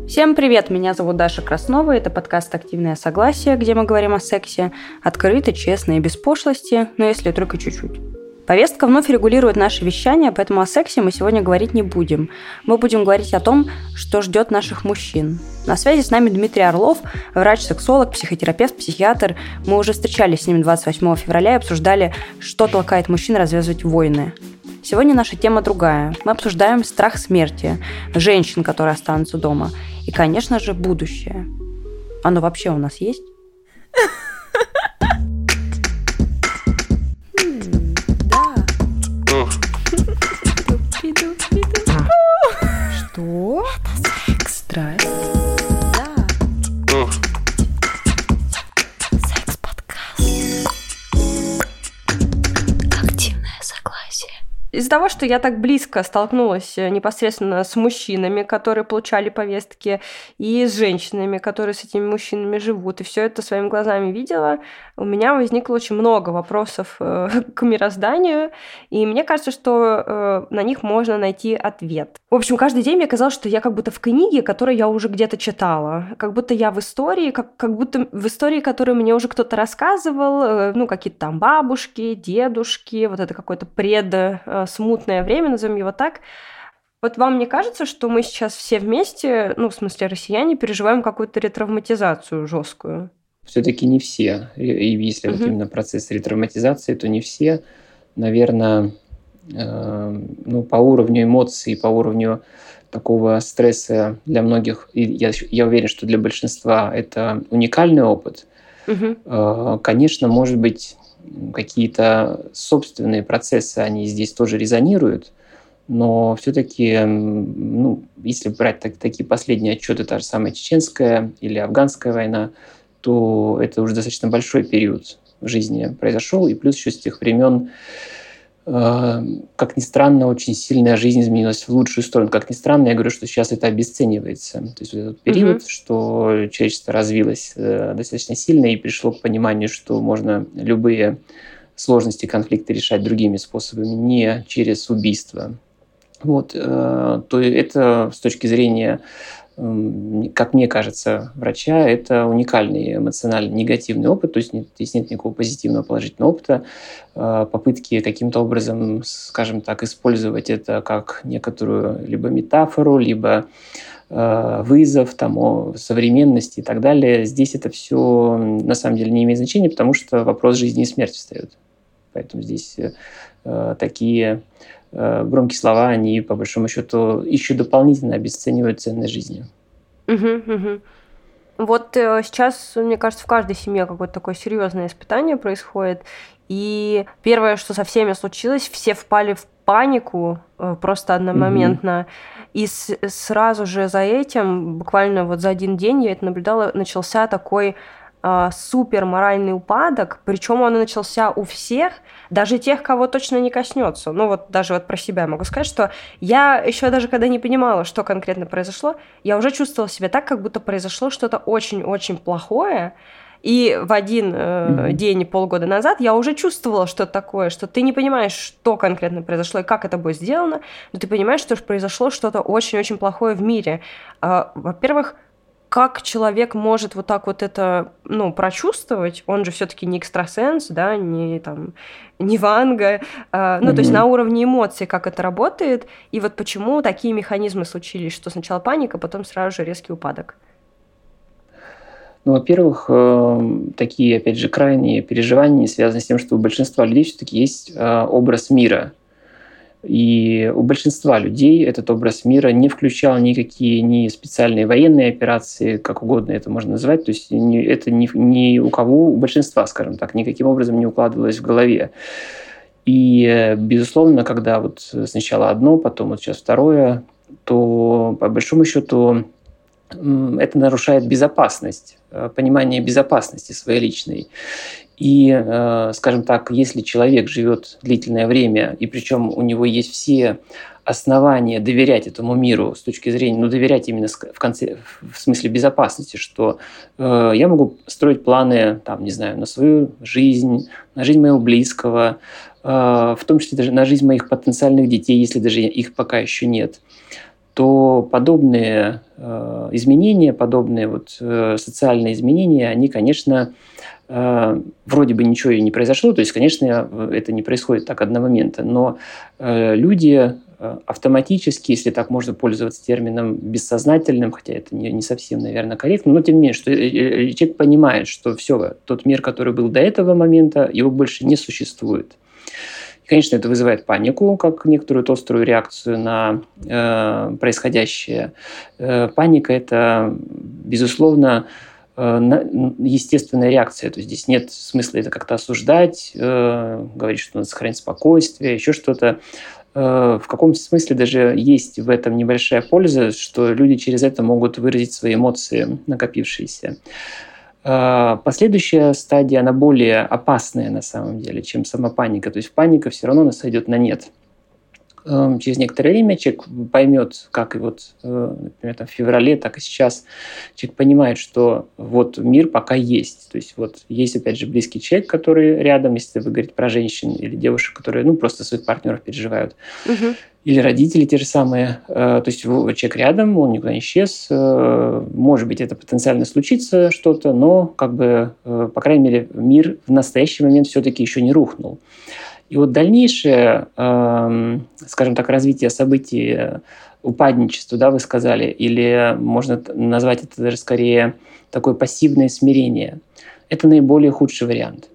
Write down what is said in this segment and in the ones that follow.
Всем привет, меня зовут Даша Краснова, это подкаст «Активное согласие», где мы говорим о сексе открыто, честно и без пошлости, но если только чуть-чуть. Повестка вновь регулирует наше вещание, поэтому о сексе мы сегодня говорить не будем. Мы будем говорить о том, что ждет наших мужчин. На связи с нами Дмитрий Орлов, врач-сексолог, психотерапевт, психиатр. Мы уже встречались с ним 28 февраля и обсуждали, что толкает мужчин развязывать войны. Сегодня наша тема другая. Мы обсуждаем страх смерти, женщин, которые останутся дома, и, конечно же, будущее. Оно вообще у нас есть? Что? Это секс. Здрасте. Да. Секс-подкаст. Активное согласие. Из-за того, что я так близко столкнулась непосредственно с мужчинами, которые получали повестки, и с женщинами, которые с этими мужчинами живут, и все это своими глазами видела, у меня возникло очень много вопросов к мирозданию, и мне кажется, что на них можно найти ответ. В общем, каждый день мне казалось, что я как будто в книге, которую я уже где-то читала, как будто я в истории, как будто в истории, которую мне уже кто-то рассказывал, какие-то там бабушки, дедушки, вот это какое-то смутное время, назовем его так. Вот вам не кажется, что мы сейчас все вместе, в смысле россияне, переживаем какую-то ретравматизацию жесткую? Все-таки не все. И если вот именно процесс ретравматизации, то не все. Наверное, по уровню эмоций, по уровню такого стресса для многих, и я уверен, что для большинства это уникальный опыт. Конечно, может быть, какие-то собственные процессы, они здесь тоже резонируют, но все-таки, если брать такие последние отчеты, та же самая чеченская или афганская война, то это уже достаточно большой период в жизни произошел, и плюс еще с тех времен, как ни странно, очень сильная жизнь изменилась в лучшую сторону. Как ни странно, я говорю, что сейчас это обесценивается. То есть вот этот период, что человечество развилось достаточно сильно и пришло к пониманию, что можно любые сложности, конфликты решать другими способами, не через убийство. То это с точки зрения, как мне кажется, врача, это уникальный эмоционально негативный опыт, то есть здесь нет никакого позитивного положительного опыта, попытки каким-то образом, скажем так, использовать это как некоторую либо метафору, либо вызов современности и так далее. Здесь это все на самом деле не имеет значения, потому что вопрос жизни и смерти встает. Поэтому здесь такие громкие слова, они, по большому счету, еще дополнительно обесценивают ценность жизни. Вот сейчас, мне кажется, в каждой семье какое-то такое серьезное испытание происходит. И первое, что со всеми случилось, все впали в панику просто одномоментно. И сразу же за этим, буквально вот за один день, я это наблюдала, начался такой супер моральный упадок, причем он начался у всех, даже тех, кого точно не коснется. Даже про себя могу сказать, что я еще даже когда не понимала, что конкретно произошло, я уже чувствовала себя так, как будто произошло что-то очень-очень плохое. И в один день и полгода назад я уже чувствовала что-то такое, что ты не понимаешь, что конкретно произошло и как это будет сделано, но ты понимаешь, что произошло что-то очень-очень плохое в мире. Во-первых, как человек может вот так вот это, прочувствовать? Он же все-таки не экстрасенс, да, не Ванга. То есть на уровне эмоций, как это работает, и вот почему такие механизмы случились, что сначала паника, потом сразу же резкий упадок. Во-первых, такие, опять же, крайние переживания связаны с тем, что у большинства людей все-таки есть образ мира. И у большинства людей этот образ мира не включал никакие ни специальные военные операции, как угодно это можно назвать. То есть это ни у кого, у большинства, скажем так, никаким образом не укладывалось в голове. И, безусловно, когда вот сначала одно, потом вот сейчас второе, то, по большому счету, это нарушает безопасность, понимание безопасности своей личной. И, скажем так, если человек живет длительное время, и причем у него есть все основания доверять этому миру с точки зрения, доверять именно в смысле безопасности, что я могу строить планы, на свою жизнь, на жизнь моего близкого, в том числе даже на жизнь моих потенциальных детей, если даже их пока еще нет, то подобные изменения, подобные социальные изменения, они, конечно, вроде бы ничего и не произошло, то есть, конечно, это не происходит так одномоментно, но люди автоматически, если так можно пользоваться термином бессознательным, хотя это не совсем, наверное, корректно, но тем не менее, что человек понимает, что все, тот мир, который был до этого момента, его больше не существует. И, конечно, это вызывает панику, как некоторую острую реакцию на происходящее. Паника – это, безусловно, естественная реакция. То есть здесь нет смысла это как-то осуждать, говорить, что надо сохранить спокойствие, еще что-то. В каком-то смысле даже есть в этом небольшая польза, что люди через это могут выразить свои эмоции, накопившиеся. Последующая стадия, она более опасная на самом деле, чем сама паника. То есть паника все равно нас сойдет на нет. Через некоторое время человек поймет, как и например, в феврале, так и сейчас, человек понимает, что мир пока есть. То есть есть, опять же, близкий человек, который рядом, если вы говорите про женщин или девушек, которые просто своих партнеров переживают. Или родители те же самые. То есть человек рядом, он никуда не исчез. Может быть, это потенциально случится что-то, но, по крайней мере, мир в настоящий момент все-таки еще не рухнул. И дальнейшее, скажем так, развитие событий, упадничество, да, вы сказали, или можно назвать это даже скорее такое пассивное смирение, это наиболее худший вариант.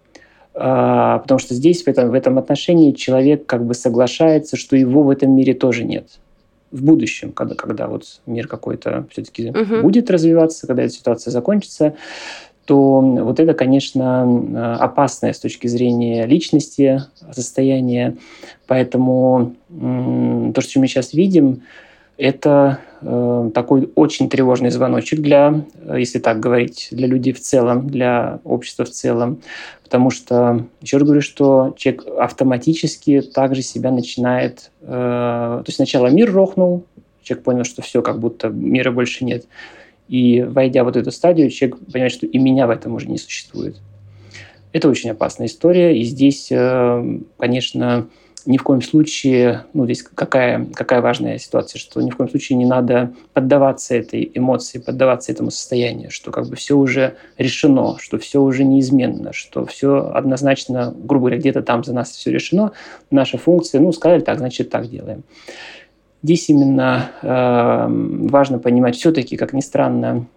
Потому что здесь, в этом отношении, человек соглашается, что его в этом мире тоже нет. В будущем, когда мир какой-то все-таки будет развиваться, когда эта ситуация закончится, то это, конечно, опасное с точки зрения личности состояние. Поэтому то, что мы сейчас видим, это такой очень тревожный звоночек если так говорить, для людей в целом, для общества в целом. Потому что, еще раз говорю, что человек автоматически также себя начинает... То есть сначала мир рухнул, человек понял, что все, как будто мира больше нет. И, войдя в эту стадию, человек понимает, что и меня в этом уже не существует. Это очень опасная история. И здесь, конечно, ни в коем случае... здесь какая важная ситуация, что ни в коем случае не надо поддаваться этой эмоции, поддаваться этому состоянию, что все уже решено, что все уже неизменно, что все однозначно, грубо говоря, где-то там за нас все решено. Наша функция, сказали так, значит, так делаем. Здесь именно важно понимать все-таки, как ни странно,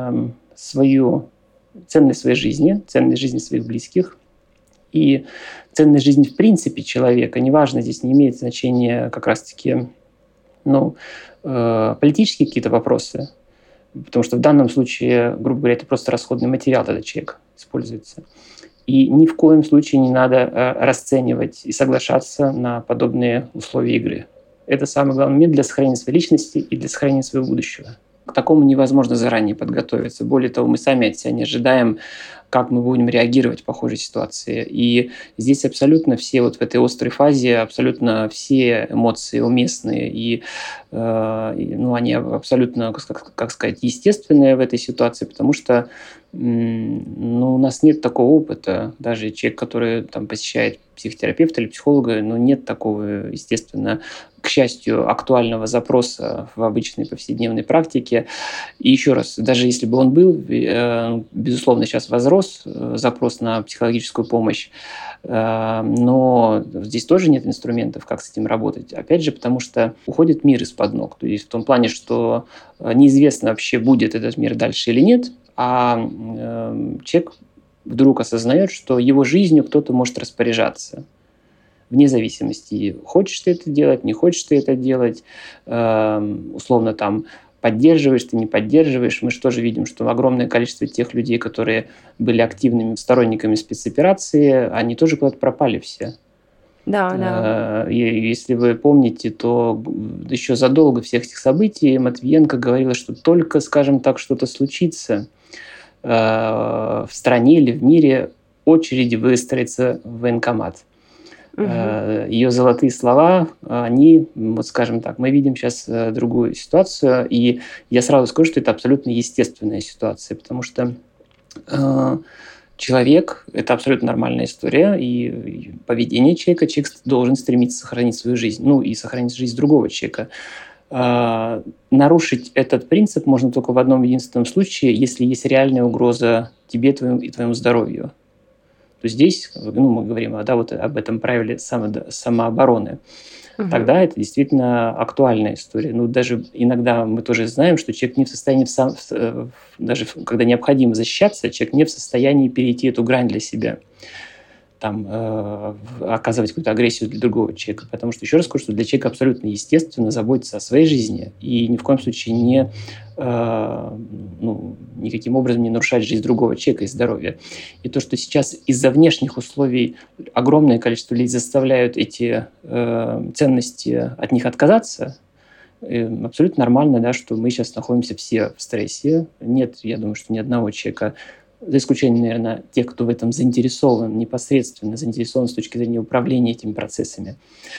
ценность своей жизни, ценность жизни своих близких и ценность жизни в принципе человека. Неважно, здесь не имеет значения как раз-таки политические какие-то вопросы, потому что в данном случае, грубо говоря, это просто расходный материал, этот человек используется. И ни в коем случае не надо расценивать и соглашаться на подобные условия игры. Это самый главный момент для сохранения своей личности и для сохранения своего будущего. К такому невозможно заранее подготовиться. Более того, мы сами от себя не ожидаем, как мы будем реагировать в похожей ситуации. И здесь абсолютно все в этой острой фазе, абсолютно все эмоции уместные. И они абсолютно, как сказать, естественные в этой ситуации, потому что у нас нет такого опыта. Даже человек, который посещает психотерапевта или психолога, нет такого, естественно, к счастью, актуального запроса в обычной повседневной практике. И еще раз, даже если бы он был, безусловно, сейчас возрос запрос на психологическую помощь, но здесь тоже нет инструментов, как с этим работать. Опять же, потому что уходит мир из-под ног. То есть в том плане, что неизвестно вообще, будет этот мир дальше или нет, а человек вдруг осознает, что его жизнью кто-то может распоряжаться. Вне зависимости, хочешь ты это делать, не хочешь ты это делать, условно поддерживаешь ты, не поддерживаешь. Мы же тоже видим, что огромное количество тех людей, которые были активными сторонниками спецоперации, они тоже куда-то пропали все. Да. И если вы помните, то еще задолго всех этих событий Матвиенко говорила, что только, скажем так, что-то случится в стране или в мире, очереди выстроится в военкомат. Ее золотые слова, они, скажем так, мы видим сейчас другую ситуацию, и я сразу скажу, что это абсолютно естественная ситуация, потому что человек – это абсолютно нормальная история, и поведение человек должен стремиться сохранить свою жизнь, и сохранить жизнь другого человека. Нарушить этот принцип можно только в одном единственном случае, если есть реальная угроза тебе и твоему здоровью. То здесь, мы говорим вот об этом правиле самообороны. Тогда это действительно актуальная история. Даже иногда мы тоже знаем, что человек не в состоянии, даже когда необходимо защищаться, человек не в состоянии перейти эту грань для себя, оказывать какую-то агрессию для другого человека. Потому что, еще раз скажу, что для человека абсолютно естественно заботиться о своей жизни и ни в коем случае никаким образом не нарушать жизнь другого человека и здоровье. И то, что сейчас из-за внешних условий огромное количество людей заставляют эти ценности от них отказаться, абсолютно нормально, да, что мы сейчас находимся все в стрессе. Нет, я думаю, что ни одного человека, за исключением, наверное, тех, кто в этом непосредственно заинтересован с точки зрения управления этими процессами.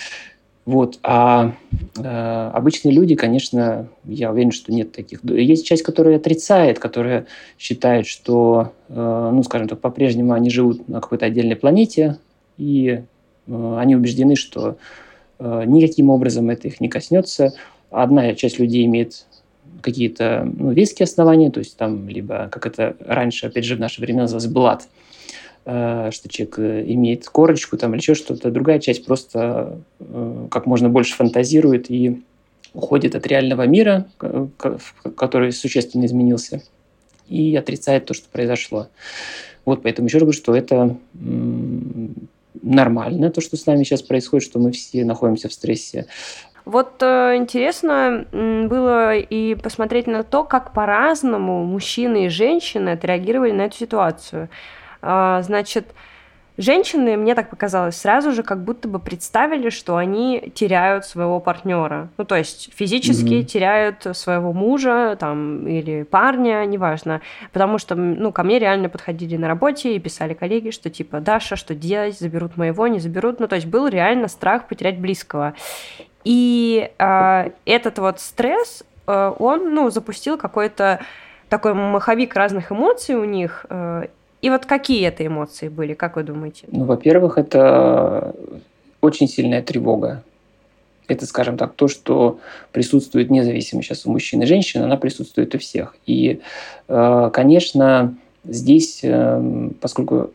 Обычные люди, конечно, я уверен, что нет таких. Есть часть, которая отрицает, которая считает, что, скажем так, по-прежнему они живут на какой-то отдельной планете, и они убеждены, что никаким образом это их не коснется. Одна часть людей имеет какие-то веские основания, то есть там либо, как это раньше, опять же, в наши времена называлось блат, что человек имеет корочку или еще что-то. Другая часть просто как можно больше фантазирует и уходит от реального мира, который существенно изменился, и отрицает то, что произошло. Поэтому еще раз говорю, что это нормально, то, что с нами сейчас происходит, что мы все находимся в стрессе. Интересно было и посмотреть на то, как по-разному мужчины и женщины отреагировали на эту ситуацию. Значит, женщины, мне так показалось, сразу же как будто бы представили, что они теряют своего партнера. То есть физически теряют своего мужа или парня, неважно. Потому что ко мне реально подходили на работе и писали коллеги, что типа: Даша, что делать? Заберут моего, не заберут. То есть был реально страх потерять близкого. И этот стресс, он запустил какой-то такой маховик разных эмоций у них. И какие это эмоции были, как вы думаете? Во-первых, это очень сильная тревога. Это, скажем так, то, что присутствует независимо сейчас у мужчин и женщин, она присутствует у всех. И, конечно, здесь, поскольку,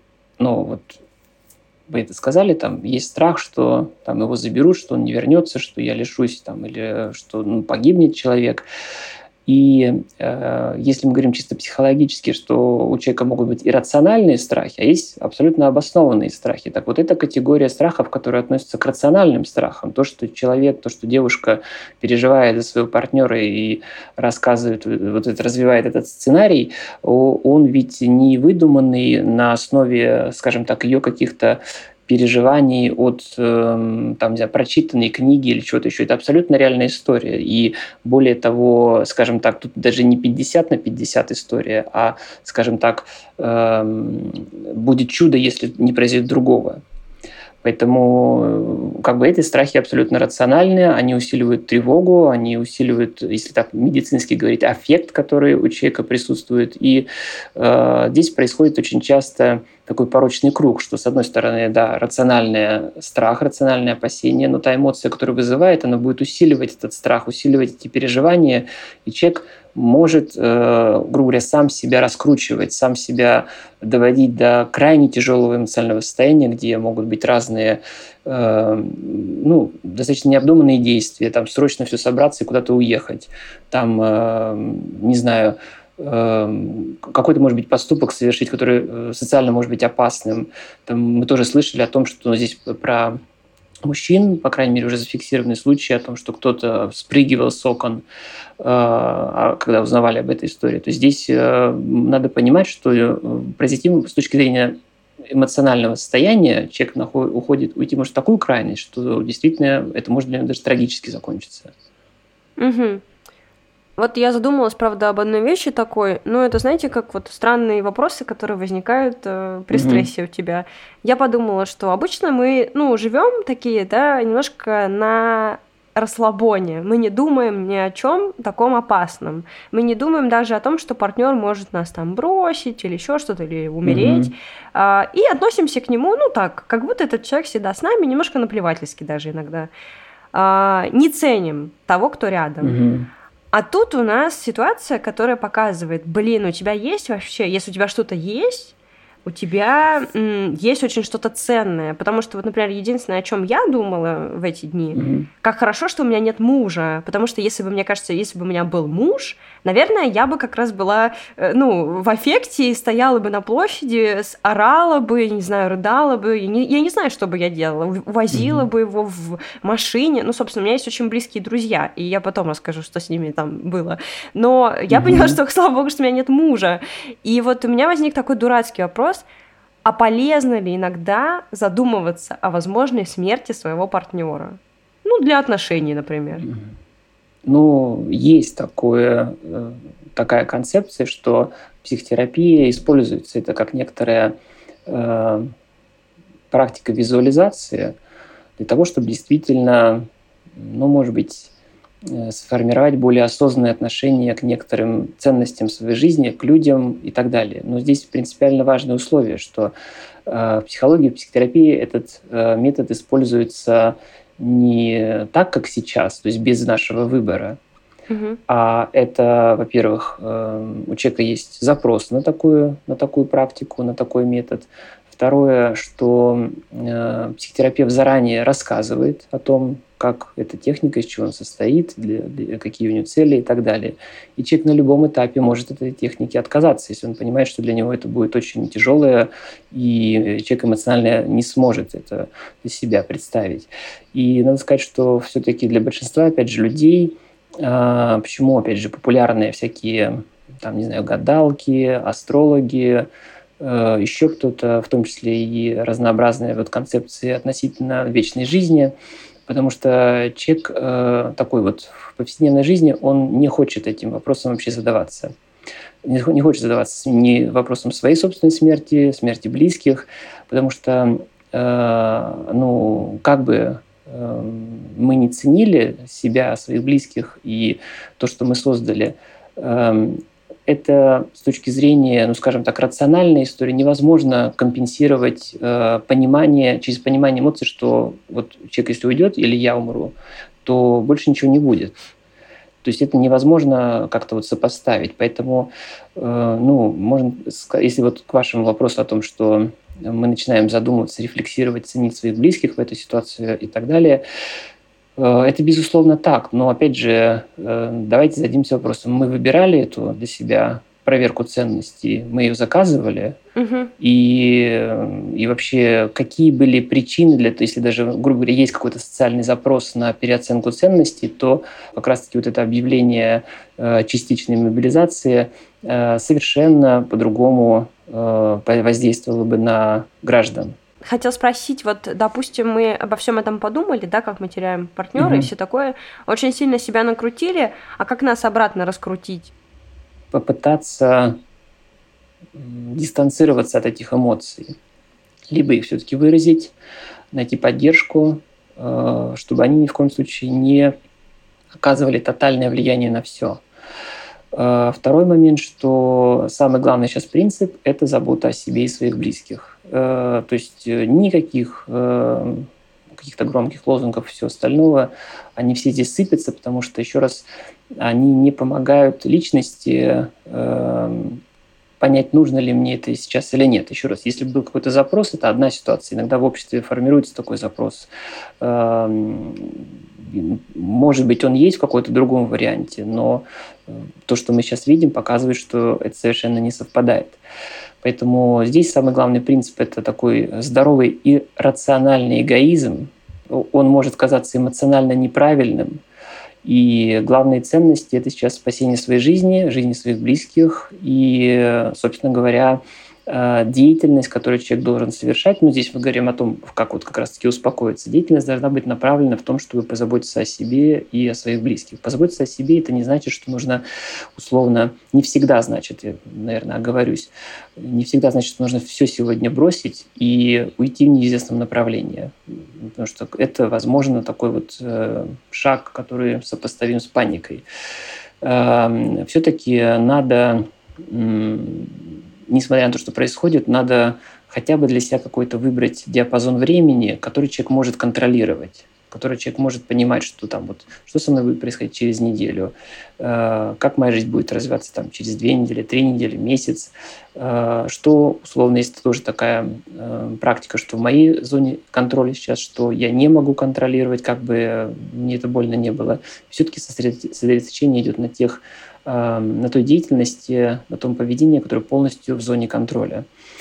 вы это сказали, есть страх, что его заберут, что он не вернется, что я лишусь, или что погибнет человек. И если мы говорим чисто психологически, что у человека могут быть иррациональные страхи, а есть абсолютно обоснованные страхи. Так вот, это категория страхов, которая относится к рациональным страхам. То, что человек, то, что девушка переживает за своего партнера и рассказывает, развивает этот сценарий, он ведь не выдуманный на основе, скажем так, ее каких-то переживаний от прочитанной книги или чего-то еще. Это абсолютно реальная история. И более того, скажем так, тут даже не 50/50 история, а, скажем так, будет чудо, если не произойдет другого. Поэтому эти страхи абсолютно рациональные, они усиливают тревогу, они усиливают, если так медицински говорить, аффект, который у человека присутствует. И здесь происходит очень часто такой порочный круг, что, с одной стороны, да, рациональный страх, рациональное опасение, но та эмоция, которая вызывает, она будет усиливать этот страх, усиливать эти переживания, и человек может, грубо говоря, сам себя раскручивать, сам себя доводить до крайне тяжелого эмоционального состояния, где могут быть разные, достаточно необдуманные действия, срочно все собраться и куда-то уехать, не знаю, какой-то, может быть, поступок совершить, который социально может быть опасным. Мы тоже слышали о том, что здесь про мужчин, по крайней мере, уже зафиксированы случаи о том, что кто-то спрыгивал с окон, когда узнавали об этой истории. То есть здесь надо понимать, что произойти с точки зрения эмоционального состояния человек уйти может в такую крайность, что действительно это может даже трагически закончиться. Угу. Я задумалась, правда, об одной вещи такой. Это, знаете, как странные вопросы, которые возникают при стрессе у тебя. Я подумала, что обычно мы, живем такие, да, немножко на расслабоне. Мы не думаем ни о чем таком опасном. Мы не думаем даже о том, что партнер может нас бросить или еще что-то, или умереть. И относимся к нему, как будто этот человек всегда с нами, немножко наплевательски даже иногда. не ценим того, кто рядом. А тут у нас ситуация, которая показывает, у тебя есть вообще, если у тебя что-то есть, у тебя есть очень что-то ценное. Потому что, вот, например, единственное, о чем я думала в эти дни, как хорошо, что у меня нет мужа. Потому что, мне кажется, если бы у меня был муж, наверное, я бы как раз была, в аффекте и стояла бы на площади, орала бы, не знаю, рыдала бы. Я не знаю, что бы я делала. Увозила бы его в машине. Собственно, у меня есть очень близкие друзья, и я потом расскажу, что с ними там было. Но я поняла, что, слава богу, что у меня нет мужа. И вот у меня возник такой дурацкий вопрос, а полезно ли иногда задумываться о возможной смерти своего партнера? Для отношений, например. Есть такая концепция, что психотерапия используется это как некоторая практика визуализации для того, чтобы действительно, может быть, сформировать более осознанное отношение к некоторым ценностям своей жизни, к людям и так далее. Но здесь принципиально важное условие, что в психологии, в психотерапии этот метод используется не так, как сейчас, то есть без нашего выбора, а это, во-первых, у человека есть запрос на такую практику, на такой метод. Второе, что психотерапевт заранее рассказывает о том, как эта техника, из чего она состоит, какие у нее цели и так далее. И человек на любом этапе может от этой техники отказаться, если он понимает, что для него это будет очень тяжелое, и человек эмоционально не сможет это для себя представить. И надо сказать, что все-таки для большинства, опять же, людей, почему, опять же, популярные всякие, гадалки, астрологи, еще кто-то, в том числе и разнообразные концепции относительно вечной жизни, потому что человек такой в повседневной жизни, он не хочет этим вопросом вообще задаваться. Не хочет задаваться ни вопросом своей собственной смерти, смерти близких, потому что, как бы мы не ценили себя, своих близких и то, что мы создали, это с точки зрения, рациональной истории невозможно компенсировать через понимание эмоций, что человек, если уйдет или я умру, то больше ничего не будет. То есть это невозможно как-то сопоставить. Поэтому, можно сказать, если к вашему вопросу о том, что мы начинаем задумываться, рефлексировать, ценить своих близких в этой ситуации и так далее, это, безусловно, так. Но, опять же, давайте зададимся вопросом. Мы выбирали эту для себя проверку ценностей, мы ее заказывали, и вообще какие были причины для этого, если даже, грубо говоря, есть какой-то социальный запрос на переоценку ценностей, то как раз-таки это объявление частичной мобилизации совершенно по-другому воздействовало бы на граждан. Хотел спросить, допустим, мы обо всем этом подумали, да, как мы теряем партнера и все такое, очень сильно себя накрутили, а как нас обратно раскрутить? Попытаться дистанцироваться от этих эмоций. Либо их все-таки выразить, найти поддержку, чтобы они ни в коем случае не оказывали тотальное влияние на все. Второй момент, что самый главный сейчас принцип – это забота о себе и своих близких. То есть никаких каких-то громких лозунгов и всего остального, они все здесь сыпятся, потому что, еще раз, они не помогают личности понять, нужно ли мне это сейчас или нет. Еще раз, если был какой-то запрос, это одна ситуация. Иногда в обществе формируется такой запрос. Может быть, он есть в какой-то другом варианте, но то, что мы сейчас видим, показывает, что это совершенно не совпадает. Поэтому здесь самый главный принцип – это такой здоровый и рациональный эгоизм. Он может казаться эмоционально неправильным. И главные ценности – это сейчас спасение своей жизни, жизни своих близких и, собственно говоря, деятельность, которую человек должен совершать. Но здесь мы говорим о том, как как раз-таки успокоиться. Деятельность должна быть направлена в том, чтобы позаботиться о себе и о своих близких. Позаботиться о себе – это не значит, что нужно условно, не всегда значит, я, наверное, оговорюсь, не всегда значит, что нужно все сегодня бросить и уйти в неизвестном направлении. Потому что это, возможно, такой шаг, который сопоставим с паникой. Все-таки надо, несмотря на то, что происходит, надо хотя бы для себя какой-то выбрать диапазон времени, который человек может контролировать. которой человек может понимать, что там вот, что со мной будет происходить через неделю, как моя жизнь будет развиваться там через 2 недели, 3 недели, месяц, что, условно, есть тоже такая практика, что в моей зоне контроля сейчас, что я не могу контролировать, как бы мне это больно не было. Все-таки сосредоточение идет на той деятельности, на том поведении, которое полностью в зоне контроля.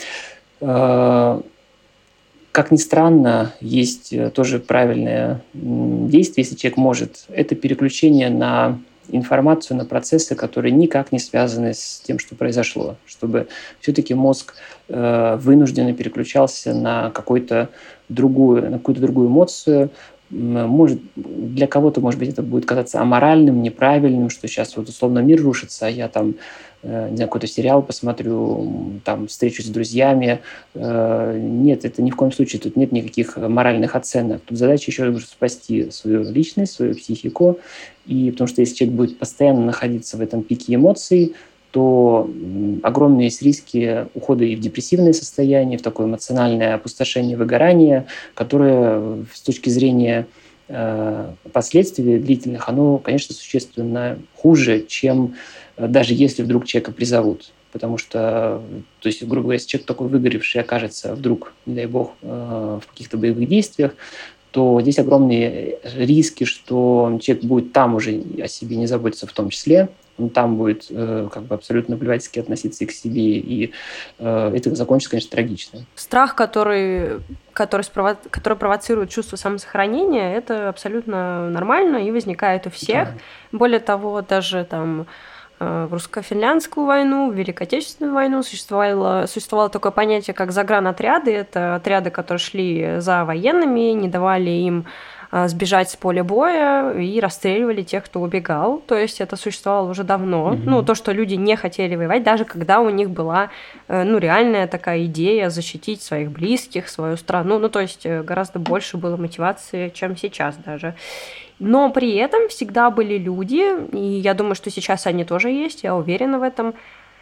Как ни странно, есть тоже правильное действие, если человек может. Это переключение на информацию, на процессы, которые никак не связаны с тем, что произошло. Чтобы все-таки мозг вынужденно переключался на какую-то другую эмоцию. Может, для кого-то, может быть, это будет казаться аморальным, неправильным, что сейчас вот условно мир рушится, а я там не знаю, какой-то сериал посмотрю, там встречусь с друзьями. Нет, это ни в коем случае, тут нет никаких моральных оценок. Тут задача еще раз спасти свою личность, свою психику. И потому что если человек будет постоянно находиться в этом пике эмоций, то огромные есть риски ухода и в депрессивное состояние, в такое эмоциональное опустошение, выгорание, которое с точки зрения последствий длительных, оно, конечно, существенно хуже, чем даже если вдруг человека призовут. Потому что, то есть, грубо говоря, если человек такой выгоревший окажется вдруг, не дай бог, в каких-то боевых действиях, то здесь огромные риски, что человек будет там уже о себе не заботиться в том числе, он там будет как бы абсолютно наплевательски относиться и к себе, и это закончится, конечно, трагично. Страх, который провоцирует чувство самосохранения, это абсолютно нормально и возникает у всех. Да. Более того, даже там в русско-финляндскую войну, в Великую Отечественную войну существовало такое понятие, как загранотряды. Это отряды, которые шли за военными, не давали им сбежать с поля боя и расстреливали тех, кто убегал. То есть это существовало уже давно. Ну, то, что люди не хотели воевать, даже когда у них была, реальная такая идея защитить своих близких, свою страну. Ну, то есть гораздо больше было мотивации, чем сейчас даже. Но при этом всегда были люди, и я думаю, что сейчас они тоже есть, я уверена в этом,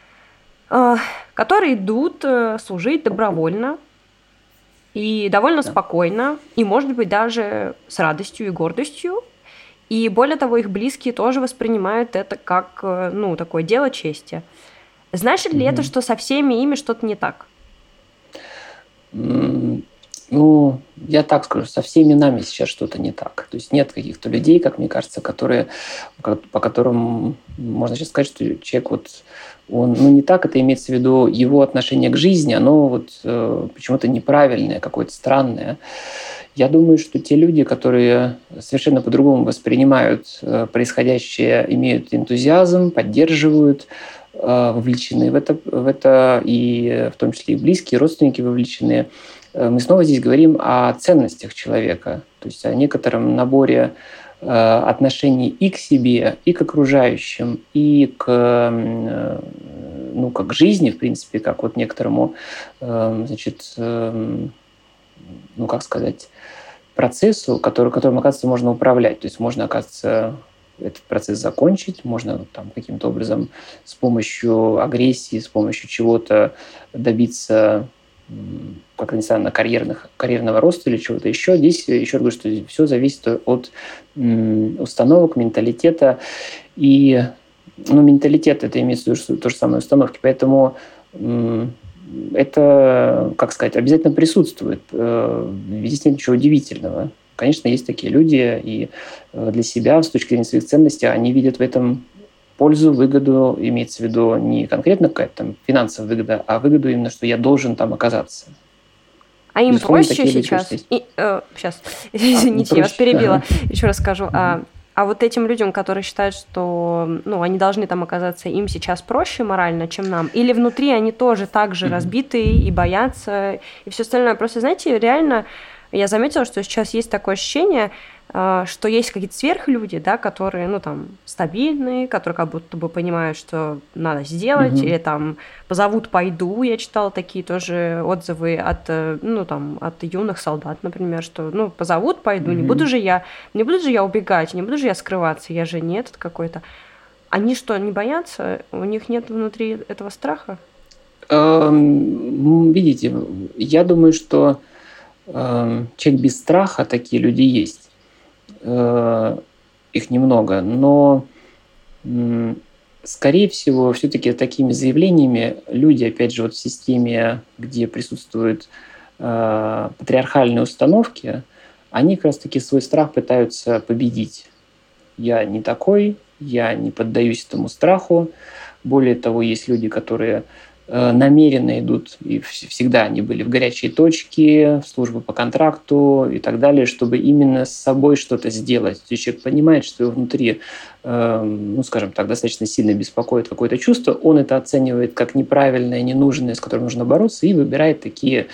которые идут служить добровольно и довольно спокойно, и, может быть, даже с радостью и гордостью. И более того, их близкие тоже воспринимают это как, такое дело чести. Значит ли это, что со всеми ими что-то не так? Ну, я так скажу, со всеми нами сейчас что-то не так. То есть нет каких-то людей, как мне кажется, по которым можно сейчас сказать, что человек он не так, это имеется в виду его отношение к жизни, оно почему-то неправильное, какое-то странное. Я думаю, что те люди, которые совершенно по-другому воспринимают происходящее, имеют энтузиазм, поддерживают, вовлечены в это, и в том числе и близкие, родственники вовлечены. Мы снова здесь говорим о ценностях человека, то есть о некотором наборе отношений и к себе, и к окружающим, и к жизни, в принципе, как некоторому, процессу, которым, оказывается, можно управлять. То есть можно, оказывается, этот процесс закончить, можно каким-то образом с помощью агрессии, с помощью чего-то добиться, как ни странно, карьерного роста или чего-то еще. Здесь еще раз говорю, что все зависит от установок, менталитета. И менталитет – это имеется в виду то же самое установки. Поэтому это, обязательно присутствует. Здесь нет ничего удивительного. Конечно, есть такие люди, и для себя, с точки зрения своих ценностей, они видят в этом пользу, выгоду, имеется в виду не конкретно какая-то финансовая выгода, а выгоду именно, что я должен там оказаться. А им проще сейчас? Сейчас, извините, я вас перебила. Еще раз скажу. А вот этим людям, которые считают, что они должны там оказаться, им сейчас проще морально, чем нам? Или внутри они тоже так же разбиты и боятся, и все остальное? Просто, знаете, реально я заметила, что сейчас есть такое ощущение, что есть какие-то сверхлюди, да, которые, стабильные, которые как будто бы понимают, что надо сделать, или позовут, пойду. Я читала такие тоже отзывы от юных солдат, например, что, позовут, пойду, не буду же я убегать, не буду же я скрываться, я же не этот какой-то. Они что, не боятся? У них нет внутри этого страха? Видите, я думаю, что человек без страха, такие люди есть. их немного, но, скорее всего, все-таки такими заявлениями люди, опять же, вот в системе, где присутствуют патриархальные установки, они как раз-таки свой страх пытаются победить. Я не такой, я не поддаюсь этому страху. Более того, есть люди, которые намеренно идут, и всегда они были в горячей точке, в службу по контракту и так далее, чтобы именно с собой что-то сделать. То есть человек понимает, что его внутри, скажем так, достаточно сильно беспокоит какое-то чувство, он это оценивает как неправильное, ненужное, с которым нужно бороться, и выбирает такие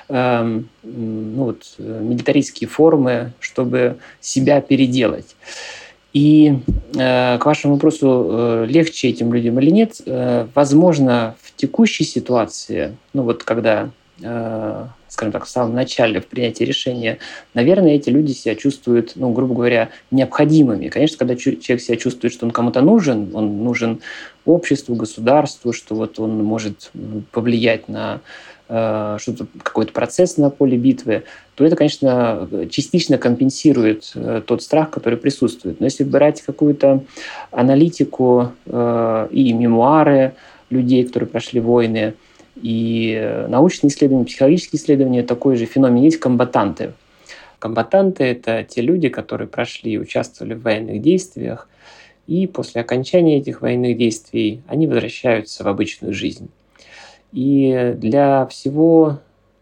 милитаристские формы, чтобы себя переделать. И к вашему вопросу, легче этим людям или нет, возможно, в текущей ситуации, когда, скажем так, в самом начале, в принятии решения, наверное, эти люди себя чувствуют, грубо говоря, необходимыми. Конечно, когда человек себя чувствует, что он кому-то нужен, он нужен обществу, государству, что вот он может повлиять на что-то, какой-то процесс на поле битвы, то это, конечно, частично компенсирует тот страх, который присутствует. Но если брать какую-то аналитику и мемуары людей, которые прошли войны, и научные исследования, психологические исследования, такой же феномен есть комбатанты. Комбатанты – это те люди, которые прошли и участвовали в военных действиях, и после окончания этих военных действий они возвращаются в обычную жизнь. И для всего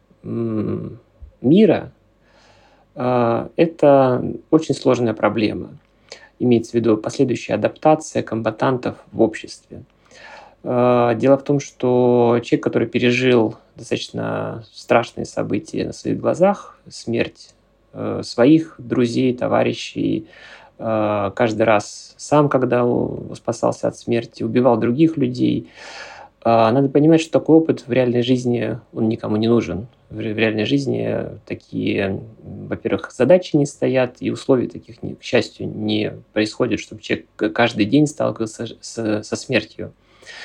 мира это очень сложная проблема. Имеется в виду последующая адаптация комбатантов в обществе. Дело в том, что человек, который пережил достаточно страшные события на своих глазах, смерть своих друзей, товарищей, каждый раз сам, когда спасался от смерти, убивал других людей, надо понимать, что такой опыт в реальной жизни, он никому не нужен. В реальной жизни такие, во-первых, задачи не стоят, и условий таких, к счастью, не происходит, чтобы человек каждый день сталкивался со смертью.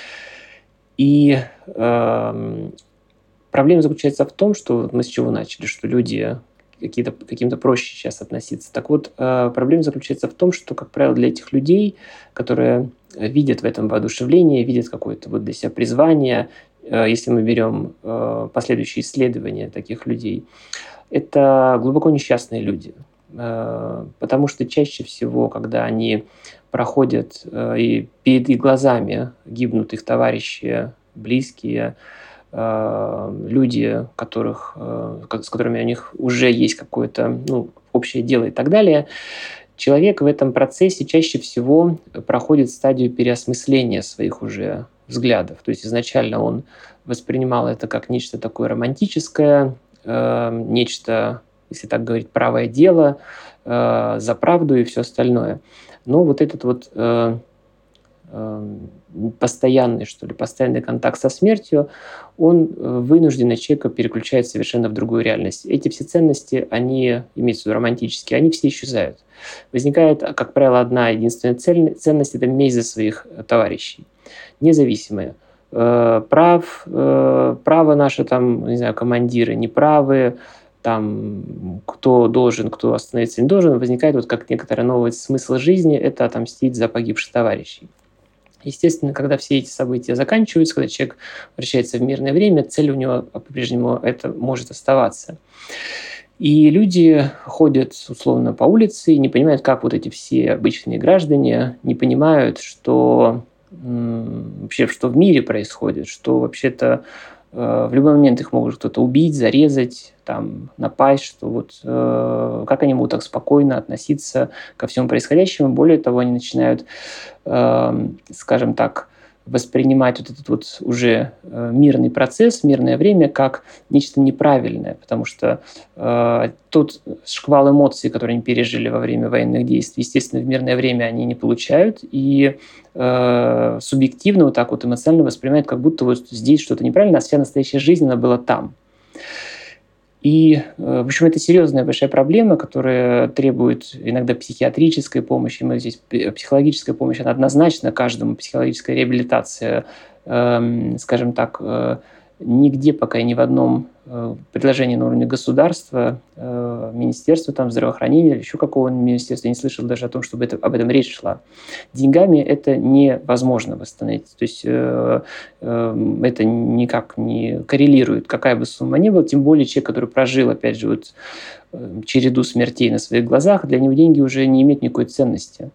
И проблема заключается в том, что мы с чего начали, что люди каким-то проще сейчас относиться. Так вот, проблема заключается в том, что, как правило, для этих людей, которые видят в этом воодушевление, видят какое-то для себя призвание, если мы берем последующие исследования таких людей, это глубоко несчастные люди. Потому что чаще всего, когда они проходят, и перед их глазами гибнут их товарищи, близкие, люди, с которыми у них уже есть какое-то общее дело и так далее, человек в этом процессе чаще всего проходит стадию переосмысления своих уже взглядов. То есть изначально он воспринимал это как нечто такое романтическое, нечто, если так говорить, правое дело, за правду и все остальное. Но вот этот постоянный контакт со смертью, он вынужденно человека переключает совершенно в другую реальность. Эти все ценности, они, имеются в виду романтические, они все исчезают. Возникает, как правило, одна единственная ценность – это месть за своих товарищей. Независимые. Право наши, командиры, неправы, кто должен, кто остановиться не должен, возникает как некоторый новый смысл жизни – это отомстить за погибших товарищей. Естественно, когда все эти события заканчиваются, когда человек возвращается в мирное время, цель у него по-прежнему это может оставаться. И люди ходят условно по улице и не понимают, как вот эти все обычные граждане не понимают, что вообще что в мире происходит, что вообще-то в любой момент их может кто-то убить, зарезать, напасть, что как они могут так спокойно относиться ко всему происходящему. Более того, они начинают, скажем так, воспринимать этот уже мирный процесс, мирное время как нечто неправильное, потому что тот шквал эмоций, который они пережили во время военных действий, естественно, в мирное время они не получают, и субъективно эмоционально воспринимают, как будто здесь что-то неправильно, а вся настоящая жизнь, она была там. И, в общем, это серьезная большая проблема, которая требует иногда психиатрической помощи. Мы здесь психологическая помощь, она однозначно каждому, психологическая реабилитация, скажем так, нигде пока ни в одном предложении на уровне государства, министерства там, здравоохранения или еще какого-нибудь министерства я не слышал даже о том, чтобы об этом речь шла. Деньгами это невозможно восстановить. То есть это никак не коррелирует, какая бы сумма ни была, тем более человек, который прожил, опять же, вот, череду смертей на своих глазах, для него деньги уже не имеют никакой ценности.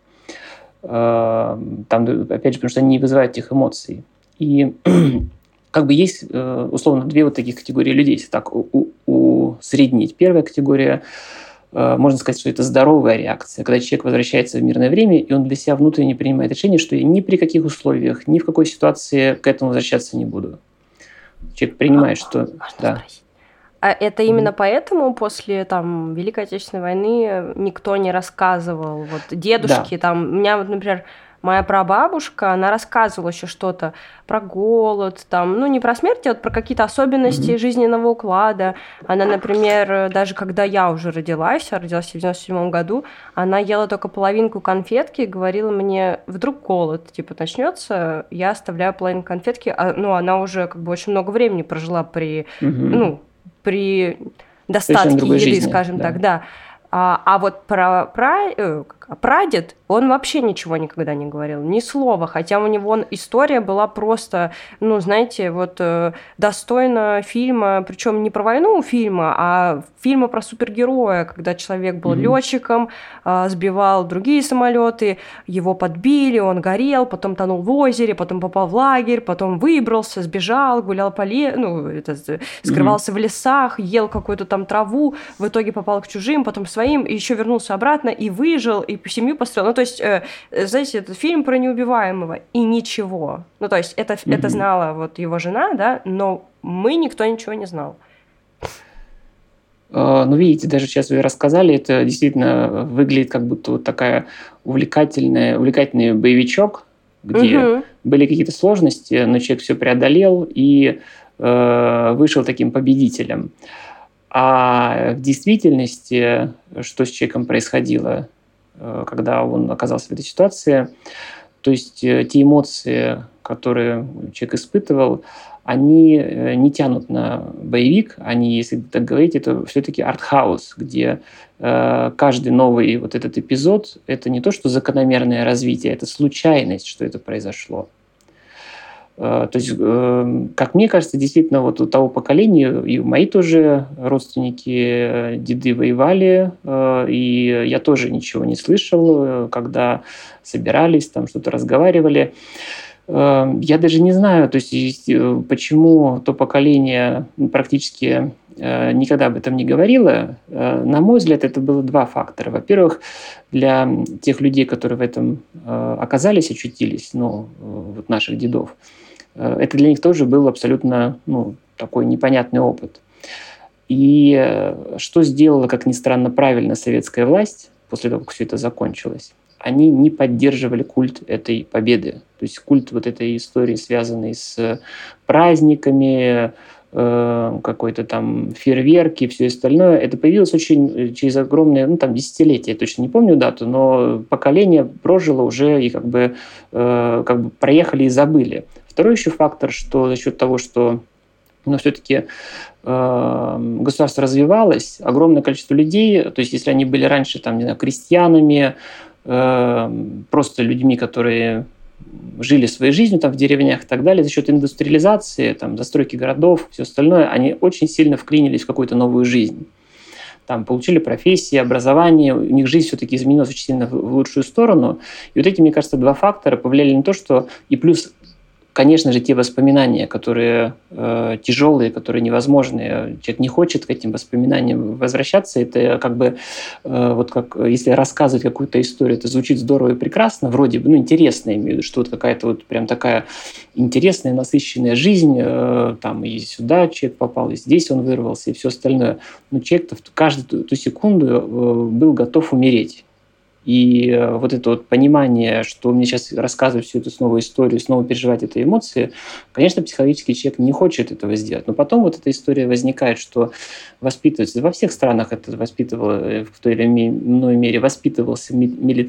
Там, опять же, потому что они не вызывают тех эмоций. И как бы есть, условно, две вот таких категории людей, если так усреднить. Первая категория, можно сказать, что это здоровая реакция, когда человек возвращается в мирное время, и он для себя внутренне принимает решение, что я ни при каких условиях, ни в какой ситуации к этому возвращаться не буду. Человек принимает, что... Да. А это именно поэтому после там, Великой Отечественной войны никто не рассказывал? Вот дедушки, там, у меня, вот, например, моя прабабушка, она рассказывала еще что-то про голод, там, ну, не про смерть, а вот про какие-то особенности жизненного уклада. Она, например, даже когда я уже родилась в 97 году, она ела только половинку конфетки и говорила мне, вдруг голод, типа, начнется, я оставляю половину конфетки, ну, она уже как бы очень много времени прожила при, ну, при достатке еды, жизни, скажем так, да. А вот про прадед, он вообще ничего никогда не говорил, ни слова, хотя у него история была просто, ну, знаете, вот достойна фильма, причем не про войну фильма, а фильма про супергероя, когда человек был летчиком, сбивал другие самолеты, его подбили, он горел, потом тонул в озере, потом попал в лагерь, потом выбрался, сбежал, гулял по скрывался в лесах, ел какую-то там траву, в итоге попал к чужим, потом своим, и еще вернулся обратно и выжил, и семью построил. Ну, то есть, знаете, этот фильм про неубиваемого, и ничего. Ну, то есть, это знала вот его жена, да, но никто ничего не знал. Ну, видите, даже сейчас вы рассказали, это действительно выглядит как будто вот такая увлекательный боевичок, где были какие-то сложности, но человек все преодолел и вышел таким победителем. А в действительности, что с человеком происходило, когда он оказался в этой ситуации, то есть те эмоции, которые человек испытывал, они не тянут на боевик, они, если так говорить, это все-таки артхаус, где каждый новый вот этот эпизод – это не то, что закономерное развитие, это случайность, что это произошло. То есть, как мне кажется, действительно, вот у того поколения, и мои тоже родственники, деды воевали, и я тоже ничего не слышал, когда собирались, там что-то разговаривали. Я даже не знаю, то есть, почему то поколение практически никогда об этом не говорило. На мой взгляд, это было два фактора. Во-первых, для тех людей, которые в этом оказались, очутились, ну, вот наших дедов, это для них тоже был абсолютно, ну, такой непонятный опыт. И что сделала, как ни странно, правильно советская власть после того, как все это закончилось? Они не поддерживали культ этой победы. То есть культ вот этой истории, связанной с праздниками, какой-то там фейерверки и все остальное, это появилось очень через огромное, ну, там, десятилетия, я точно не помню дату, но поколение прожило уже и как бы проехали и забыли. Второй еще фактор, что за счет того, что все-таки государство развивалось, огромное количество людей, то есть если они были раньше там, не знаю, крестьянами, просто людьми, которые жили своей жизнью там, в деревнях и так далее, за счет индустриализации, там, застройки городов, все остальное, они очень сильно вклинились в какую-то новую жизнь. Там, получили профессии, образование, у них жизнь все-таки изменилась очень сильно в лучшую сторону. И вот эти, мне кажется, два фактора повлияли на то, что... И плюс, конечно же, те воспоминания, которые тяжелые, которые невозможные, человек не хочет к этим воспоминаниям возвращаться, это как бы, вот как если рассказывать какую-то историю, это звучит здорово и прекрасно, вроде бы, ну, интересно, имею в виду, что вот какая-то вот прям такая интересная, насыщенная жизнь, там и сюда человек попал, и здесь он вырвался, и все остальное. Но человек-то в каждую ту секунду был готов умереть. И вот это вот понимание, что мне сейчас рассказывать всю эту снова историю, снова переживать эти эмоции, конечно, психологически человек не хочет этого сделать. Но потом вот эта история возникает, что воспитывается, во всех странах это воспитывало, в той или иной мере воспитывался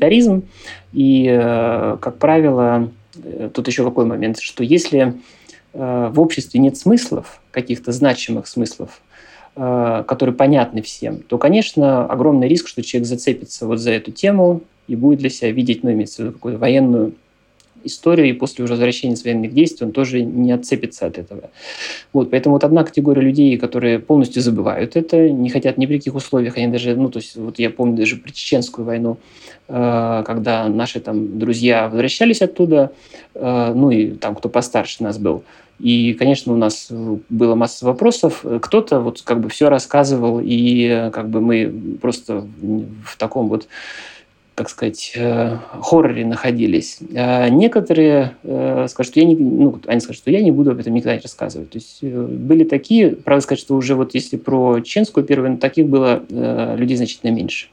милитаризм. И, как правило, тут еще какой момент, что если в обществе нет смыслов, каких-то значимых смыслов, которые понятны всем, то, конечно, огромный риск, что человек зацепится вот за эту тему и будет для себя видеть, ну, имеется в виду какую-то военную историю, и после уже возвращения с военных действий он тоже не отцепится от этого. Вот, поэтому вот одна категория людей, которые полностью забывают это, не хотят ни при каких условиях, они даже, ну, то есть, вот я помню даже при Чеченскую войну, когда наши там друзья возвращались оттуда, ну, и там кто постарше нас был, и, конечно, у нас было масса вопросов. Кто-то вот как бы все рассказывал, и как бы мы просто в таком вот, как сказать, хорроре находились. А некоторые скажут, что они скажут, что я не буду об этом никогда не рассказывать. То есть были такие, правда сказать, что уже вот если про Чеченскую первую, таких было людей значительно меньше.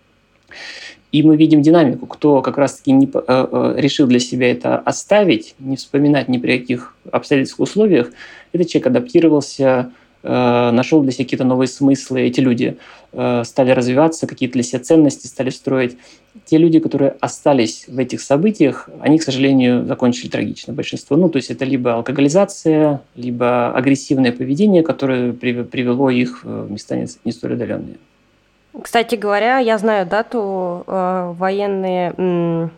И мы видим динамику, кто как раз-таки решил для себя это оставить, не вспоминать ни при каких обстоятельствах, условиях, этот человек адаптировался, нашел для себя какие-то новые смыслы. Эти люди стали развиваться, какие-то для себя ценности стали строить. Те люди, которые остались в этих событиях, они, к сожалению, закончили трагично. Большинство. Ну, то есть это либо алкоголизация, либо агрессивное поведение, которое привело их в места не столь отдаленные. Кстати говоря, я знаю дату, военный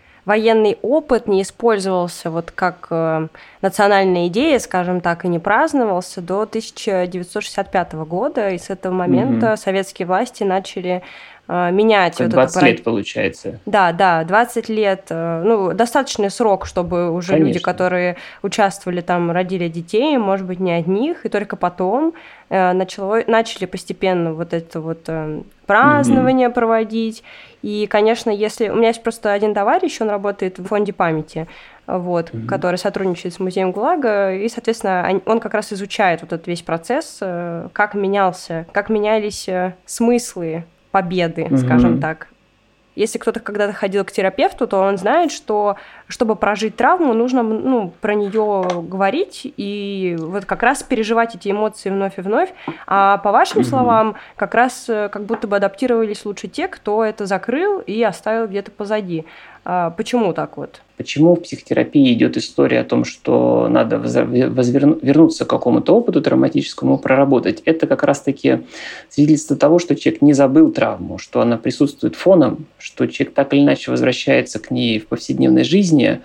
опыт не использовался вот как национальная идея, скажем так, и не праздновался до 1965 года, и с этого момента советские власти начали менять. Вот 20 лет, получается. Да, 20 лет. Ну, достаточный срок, чтобы уже Конечно. Люди, которые участвовали там, родили детей, может быть, не одних, и только потом начали постепенно вот это вот празднование проводить. И, конечно, если... У меня есть просто один товарищ, он работает в фонде памяти, вот, который сотрудничает с музеем ГУЛАГа, и, соответственно, он как раз изучает вот этот весь процесс, как менялись смыслы победы, скажем так. Если кто-то когда-то ходил к терапевту, то он знает, что чтобы прожить травму, нужно про нее говорить и вот как раз переживать эти эмоции вновь и вновь. А по вашим словам, как раз как будто бы адаптировались лучше те, кто это закрыл и оставил где-то позади. Почему так вот? Почему в психотерапии идет история о том, что надо вернуться к какому-то опыту травматическому, проработать? Это как раз-таки свидетельство того, что человек не забыл травму, что она присутствует фоном, что человек так или иначе возвращается к ней в повседневной жизни.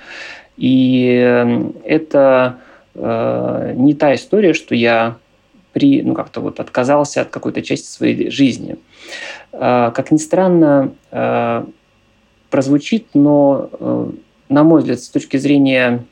И это не та история, что я как-то вот отказался от какой-то части своей жизни. Как ни странно, прозвучит, но, на мой взгляд, с точки зрения,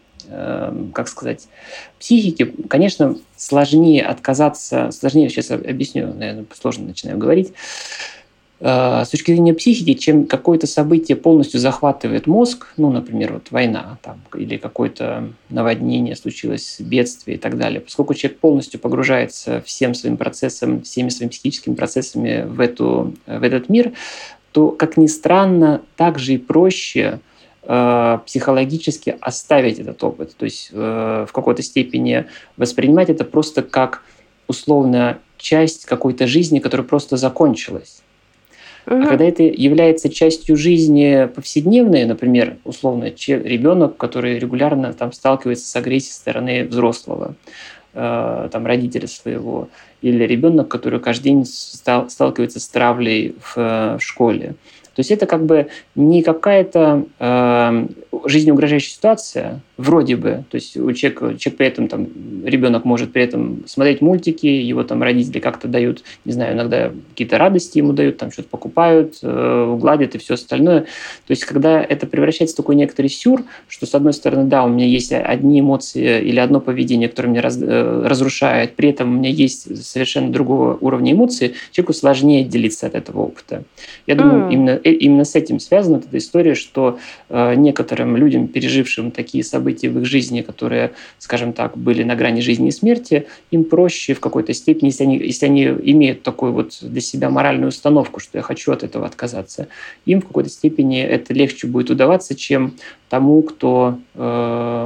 психики, конечно, сложнее, сейчас объясню, наверное, сложно начинаю говорить, с точки зрения психики, чем какое-то событие полностью захватывает мозг, например, вот война или какое-то наводнение случилось, бедствие и так далее, поскольку человек полностью погружается всем своим процессом, всеми своими психическими процессами в этот мир, то, как ни странно, также и проще психологически оставить этот опыт. То есть в какой-то степени воспринимать это просто как условно часть какой-то жизни, которая просто закончилась. А когда это является частью жизни повседневной, например, условно, ребенок, который регулярно сталкивается с агрессией со стороны взрослого, родителя своего, или ребенок, который каждый день сталкивается с травлей в школе. То есть это как бы не какая-то жизнеугрожающая ситуация, вроде бы. То есть человек при этом, ребенок может при этом смотреть мультики, его родители как-то дают, не знаю, иногда какие-то радости ему дают, что-то покупают, гладят и все остальное. То есть когда это превращается в такой некоторый сюр, что с одной стороны, да, у меня есть одни эмоции или одно поведение, которое меня разрушает, при этом у меня есть совершенно другого уровня эмоций, человеку сложнее отделиться от этого опыта. Я думаю, именно с этим связана эта история, что некоторым людям, пережившим такие события в их жизни, которые, скажем так, были на грани жизни и смерти, им проще в какой-то степени, если они имеют такую вот для себя моральную установку, что я хочу от этого отказаться, им в какой-то степени это легче будет удаваться, чем тому, кто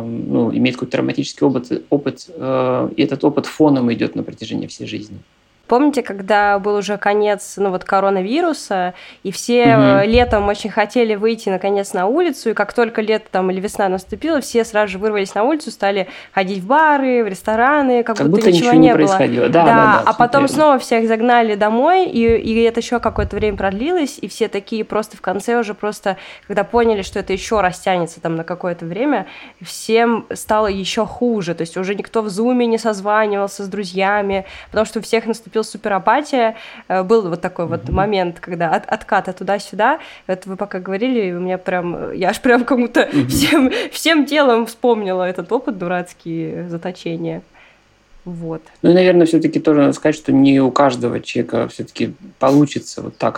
имеет какой-то травматический опыт, и этот опыт фоном идет на протяжении всей жизни. помните, когда был уже конец, коронавируса, и все летом очень хотели выйти наконец на улицу, и как только лето там или весна наступила, все сразу же вырвались на улицу, стали ходить в бары, в рестораны, как будто ничего не было. Происходило. Да, а потом снова всех загнали домой, и это еще какое-то время продлилось, и все такие просто в конце уже просто, когда поняли, что это еще растянется там на какое-то время, всем стало еще хуже, то есть уже никто в зуме не созванивался с друзьями, потому что у всех наступила суперапатия. Был вот такой вот момент, когда отката туда-сюда. Это вы пока говорили, у меня прям, я аж прям кому-то всем телом вспомнила этот опыт дурацкий заточения. Вот. Ну и, наверное, все-таки тоже надо сказать, что не у каждого человека все-таки получится вот так,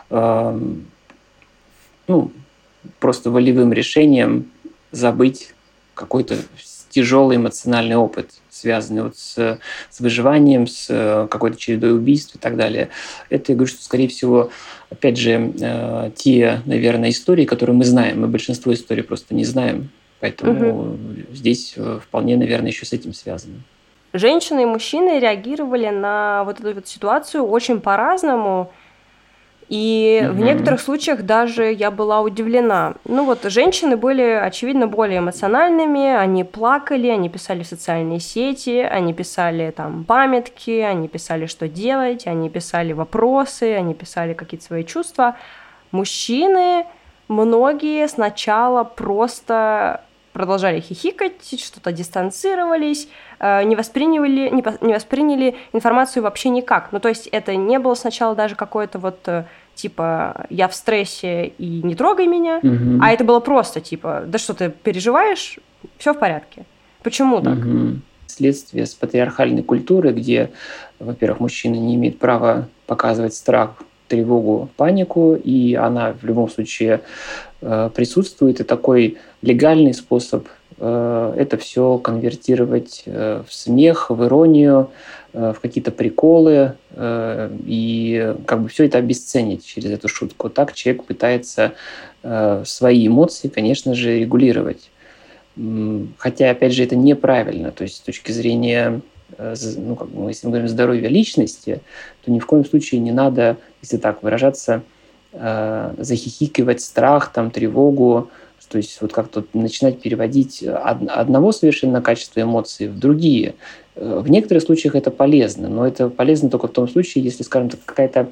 просто волевым решением забыть какой-то тяжелый эмоциональный опыт, связанный вот с выживанием, с какой-то чередой убийств и так далее. Это, я говорю, что, скорее всего, опять же, те, наверное, истории, которые мы знаем. Мы большинство историй просто не знаем. Поэтому здесь вполне, наверное, еще с этим связано. Женщины и мужчины реагировали на вот эту вот ситуацию очень по-разному. И в некоторых случаях даже я была удивлена. Женщины были, очевидно, более эмоциональными, они плакали, они писали в социальные сети, они писали там памятки, они писали, что делать, они писали вопросы, они писали какие-то свои чувства. Мужчины, многие сначала просто продолжали хихикать, что-то дистанцировались, не восприняли информацию вообще никак. То есть это не было сначала даже какое-то вот типа «я в стрессе и не трогай меня», а это было просто типа «да что ты переживаешь? Все в порядке». Почему так? Следствие с патриархальной культуры, где, во-первых, мужчина не имеет права показывать страх, тревогу, панику, и она в любом случае присутствует, и такой легальный способ это все конвертировать в смех, в иронию, в какие-то приколы, и как бы все это обесценить через эту шутку. Так человек пытается свои эмоции, конечно же, регулировать. Хотя, опять же, это неправильно. То есть с точки зрения, если мы говорим здоровья личности, то ни в коем случае не надо, если так выражаться, захихикивать страх, тревогу, то есть вот как-то начинать переводить одного совершенно качества эмоций в другие. В некоторых случаях это полезно, но это полезно только в том случае, если, скажем так, какая-то,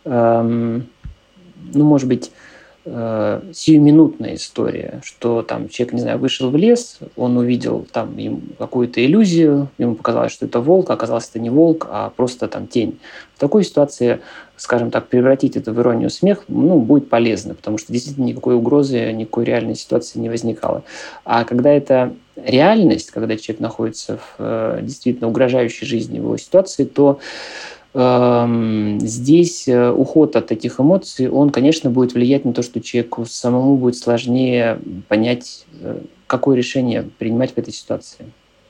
может быть, сиюминутная история, что человек, не знаю, вышел в лес, он увидел какую-то иллюзию, ему показалось, что это волк, а оказалось, это не волк, а просто тень. В такой ситуации, скажем так, превратить это в иронию, смех, будет полезно, потому что действительно никакой угрозы, никакой реальной ситуации не возникало. А когда это реальность, когда человек находится в действительно угрожающей жизни его ситуации, то здесь уход от этих эмоций, он, конечно, будет влиять на то, что человеку самому будет сложнее понять, какое решение принимать в этой ситуации.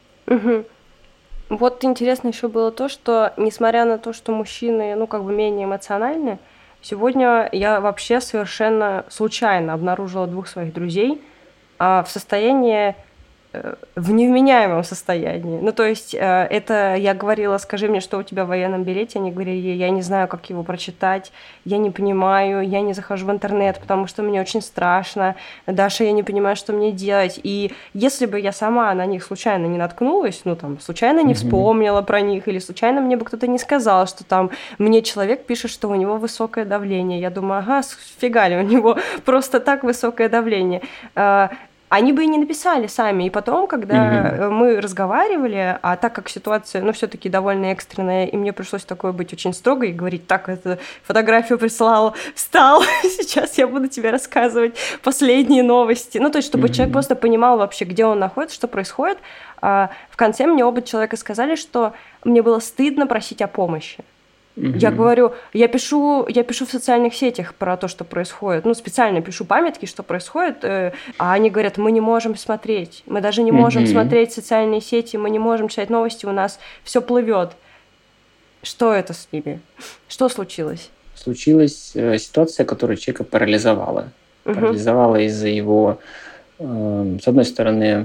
Вот интересно еще было то, что, несмотря на то, что мужчины, менее эмоциональны, сегодня я вообще совершенно случайно обнаружила 2 своих друзей в состоянии, в невменяемом состоянии. То есть это я говорила: скажи мне, что у тебя в военном билете. Они говорили: я не знаю, как его прочитать, я не понимаю, я не захожу в интернет, потому что мне очень страшно. Даша, я не понимаю, что мне делать. И если бы я сама на них случайно не наткнулась, случайно не вспомнила про них, или случайно мне бы кто-то не сказал, что мне человек пишет, что у него высокое давление. Я думаю: ага, сфига ли у него просто так высокое давление. Они бы и не написали сами. И потом, когда мы разговаривали, а так как ситуация, все-таки довольно экстренная, и мне пришлось такое быть очень строгой и говорить: так, эту фотографию прислал, встал, сейчас я буду тебе рассказывать последние новости. То есть, чтобы человек просто понимал вообще, где он находится, что происходит. В конце мне оба человека сказали, что мне было стыдно просить о помощи. Я говорю, я пишу в социальных сетях про то, что происходит. Специально пишу памятки, что происходит. А они говорят: мы не можем смотреть. Мы даже не можем смотреть социальные сети, мы не можем читать новости, у нас все плывет. Что это с ними? Что случилось? Случилась ситуация, которая человека парализовала. Парализовала из-за его, с одной стороны,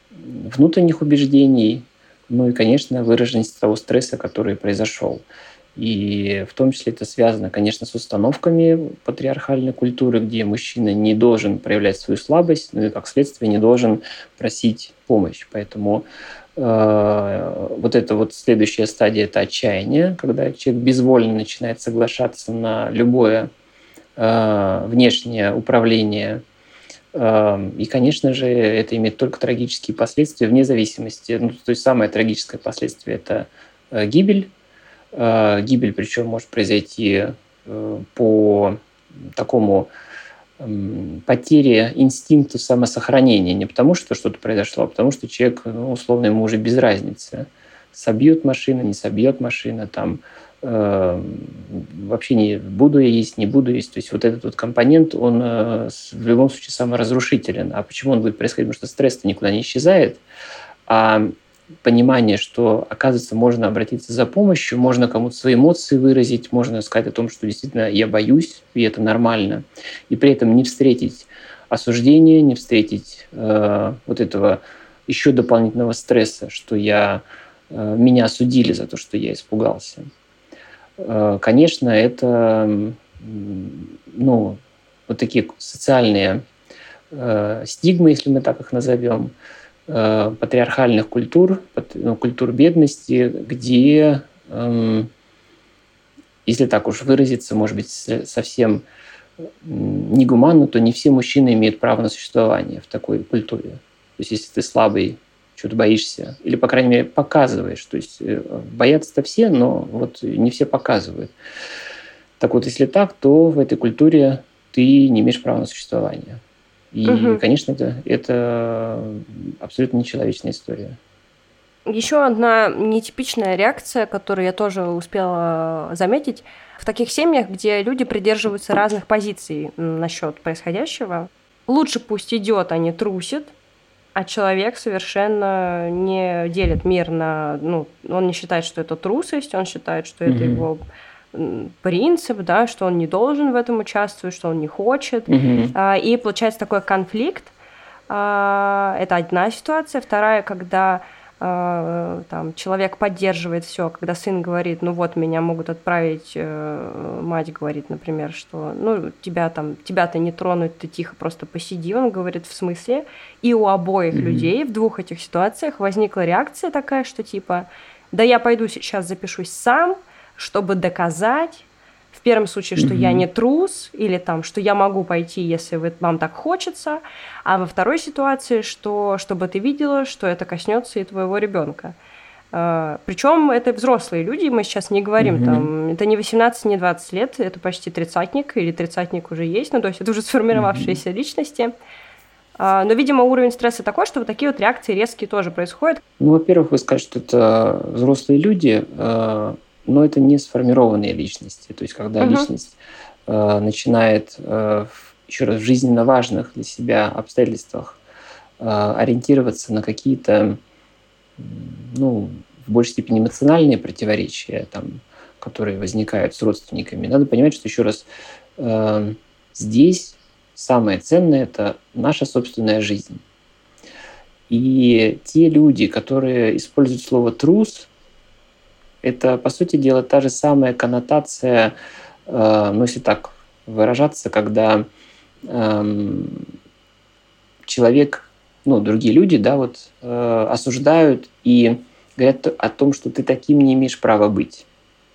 внутренних убеждений, и, конечно, выраженность того стресса, который произошел. И в том числе это связано, конечно, с установками патриархальной культуры, где мужчина не должен проявлять свою слабость, ну и как следствие не должен просить помощь. Поэтому вот это вот следующая стадия – это отчаяние, когда человек безвольно начинает соглашаться на любое внешнее управление. И, конечно же, это имеет только трагические последствия вне зависимости. Ну, то есть самое трагическое последствие – это гибель. Гибель, причем, может произойти по такому потере инстинкта самосохранения. Не потому, что что-то произошло, а потому, что человек, условно, ему уже без разницы. Собьет машина, не собьет машина, там, вообще не буду я есть, не буду есть. То есть вот этот вот компонент, он в любом случае саморазрушителен. А почему он будет происходить? Потому что стресс-то никуда не исчезает, а понимание, что, оказывается, можно обратиться за помощью, можно кому-то свои эмоции выразить, можно сказать о том, что действительно я боюсь, и это нормально, и при этом не встретить осуждение, не встретить вот этого еще дополнительного стресса, что меня осудили за то, что я испугался. Конечно, это вот такие социальные стигмы, если мы так их назовем, патриархальных культур, культур бедности, где, если так уж выразиться, может быть, совсем негуманно, то не все мужчины имеют право на существование в такой культуре. То есть если ты слабый, что-то боишься, или, по крайней мере, показываешь. То есть боятся-то все, но вот не все показывают. Так вот, если так, то в этой культуре ты не имеешь права на существование. И, конечно, это абсолютно нечеловечная история. Еще одна нетипичная реакция, которую я тоже успела заметить, в таких семьях, где люди придерживаются разных позиций насчет происходящего. Лучше пусть идет, а не трусит, а человек совершенно не делит мир на... он не считает, что это трусость, он считает, что это его принцип, да, что он не должен в этом участвовать, что он не хочет. И получается такой конфликт. Это одна ситуация. Вторая, когда человек поддерживает все, когда сын говорит, меня могут отправить, мать говорит, например, что тебя-то не тронуть, ты тихо просто посиди. Он говорит, в смысле? И у обоих людей в двух этих ситуациях возникла реакция такая, что типа, да я пойду сейчас запишусь сам, чтобы доказать, в первом случае, что я не трус, или что я могу пойти, если вам так хочется, а во второй ситуации, чтобы ты видела, что это коснется и твоего ребенка. Причем это взрослые люди, мы сейчас не говорим, это не 18, не 20 лет, это почти тридцатник, или тридцатник уже есть, то есть это уже сформировавшиеся личности. Но, видимо, уровень стресса такой, что вот такие вот реакции резкие тоже происходят. Во-первых, вы скажете, что это взрослые люди, но это не сформированные личности. То есть, когда личность начинает, еще раз, в жизненно важных для себя обстоятельствах ориентироваться на какие-то, в большей степени эмоциональные противоречия, которые возникают с родственниками, надо понимать, что, еще раз, здесь самое ценное – это наша собственная жизнь. И те люди, которые используют слово «трус», это, по сути дела, та же самая коннотация, если так выражаться, когда человек, другие люди, осуждают и говорят о том, что ты таким не имеешь права быть.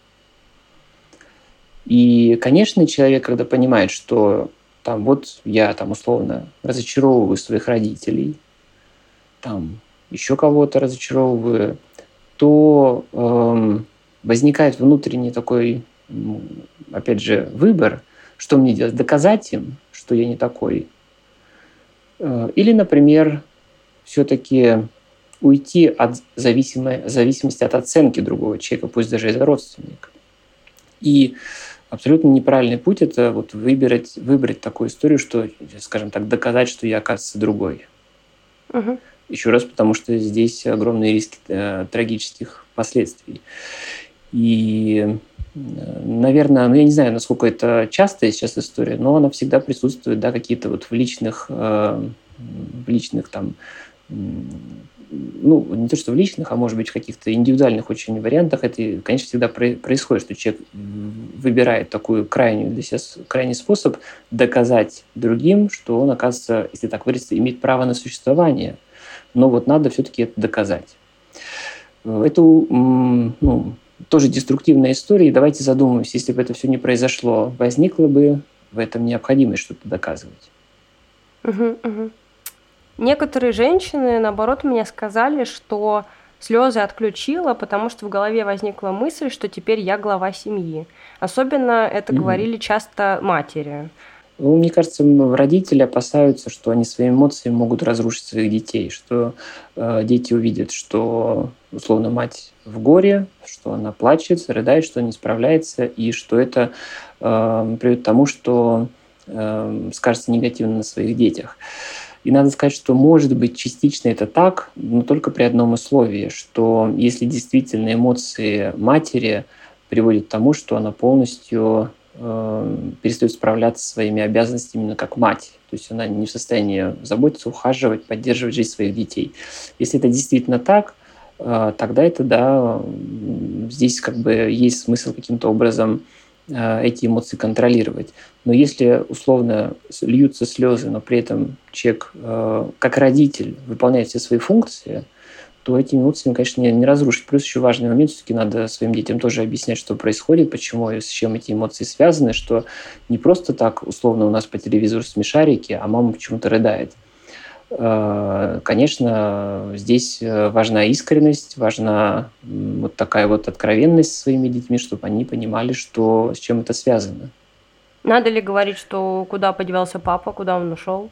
И, конечно, человек, когда понимает, что я условно разочаровываю своих родителей, еще кого-то разочаровываю, то возникает внутренний такой, опять же, выбор, что мне делать, доказать им, что я не такой. Или, например, все-таки уйти от зависимости от оценки другого человека, пусть даже это родственник. И абсолютно неправильный путь – это выбрать такую историю, что, скажем так, доказать, что я, оказывается, другой. Еще раз, потому что здесь огромные риски трагических последствий. И, наверное, я не знаю, насколько это частая сейчас история, но она всегда присутствует, какие-то в личных ну, не то что в личных, а может быть в каких-то индивидуальных очень вариантах, это, конечно, всегда происходит, что человек выбирает такую крайний для себя крайний способ доказать другим, что он, оказывается, если так выразиться, имеет право на существование. Но вот надо все-таки это доказать. Это, ну, тоже деструктивная история, и давайте задумаемся, если бы это все не произошло, возникла бы в этом необходимость что-то доказывать. Некоторые женщины, наоборот, мне сказали, что слезы отключила, потому что в голове возникла мысль, что теперь я глава семьи. Особенно это говорили часто матери. Ну, мне кажется, родители опасаются, что они своими эмоциями могут разрушить своих детей, что дети увидят, что, условно, мать в горе, что она плачет, рыдает, что не справляется, и что это приведет к тому, что скажется негативно на своих детях. И надо сказать, что, может быть, частично это так, но только при одном условии, что если действительно эмоции матери приводят к тому, что она полностью перестает справляться со своими обязанностями именно как мать. То есть она не в состоянии заботиться, ухаживать, поддерживать жизнь своих детей. Если это действительно так, тогда это, да, здесь как бы есть смысл каким-то образом эти эмоции контролировать. Но если условно льются слезы, но при этом человек как родитель выполняет все свои функции, то этими эмоциями, конечно, не разрушить. Плюс еще важный момент, все-таки надо своим детям тоже объяснять, что происходит, почему и с чем эти эмоции связаны, что не просто так, условно, у нас по телевизору смешарики, а мама почему-то рыдает. Конечно, здесь важна искренность, важна вот такая вот откровенность со своими детьми, чтобы они понимали, что, с чем это связано. Надо ли говорить, что куда подевался папа, куда он ушел?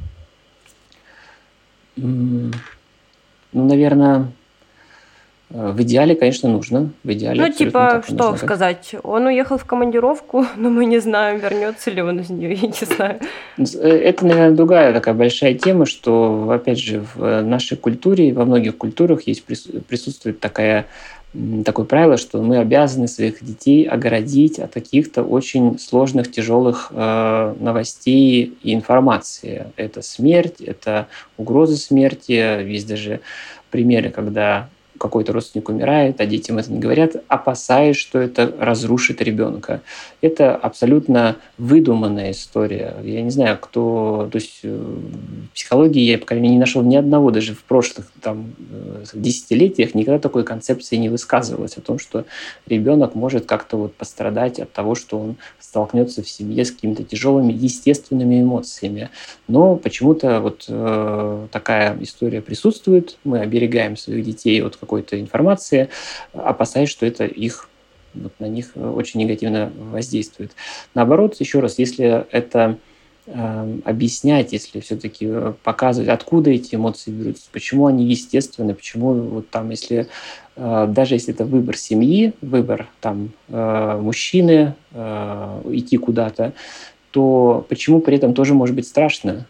Ну, наверное, в идеале, конечно, нужно. В идеале Ну, типа, что сказать? Он уехал в командировку, но мы не знаем, вернется ли он из нее, я не знаю. Это, наверное, другая такая большая тема, что, опять же, в нашей культуре, во многих культурах есть, присутствует такое правило, что мы обязаны своих детей оградить от каких-то очень сложных, тяжелых новостей и информации. Это смерть, это угроза смерти. Есть даже примеры, когда какой-то родственник умирает, а детям это не говорят, опасаясь, что это разрушит ребенка. Это абсолютно выдуманная история. Я не знаю, кто... То есть в психологии я, по крайней мере, не нашел ни одного, даже в прошлых десятилетиях никогда такой концепции не высказывалось о том, что ребенок может как-то вот пострадать от того, что он столкнется в семье с какими-то тяжелыми естественными эмоциями. Но почему-то вот такая история присутствует. Мы оберегаем своих детей от какой-то информации, опасаясь, что это на них очень негативно воздействует. Наоборот, еще раз, если это объяснять, если все-таки показывать, откуда эти эмоции берутся, почему они естественны, почему вот там, если даже если это выбор семьи, выбор там мужчины идти куда-то, то почему при этом тоже может быть страшно?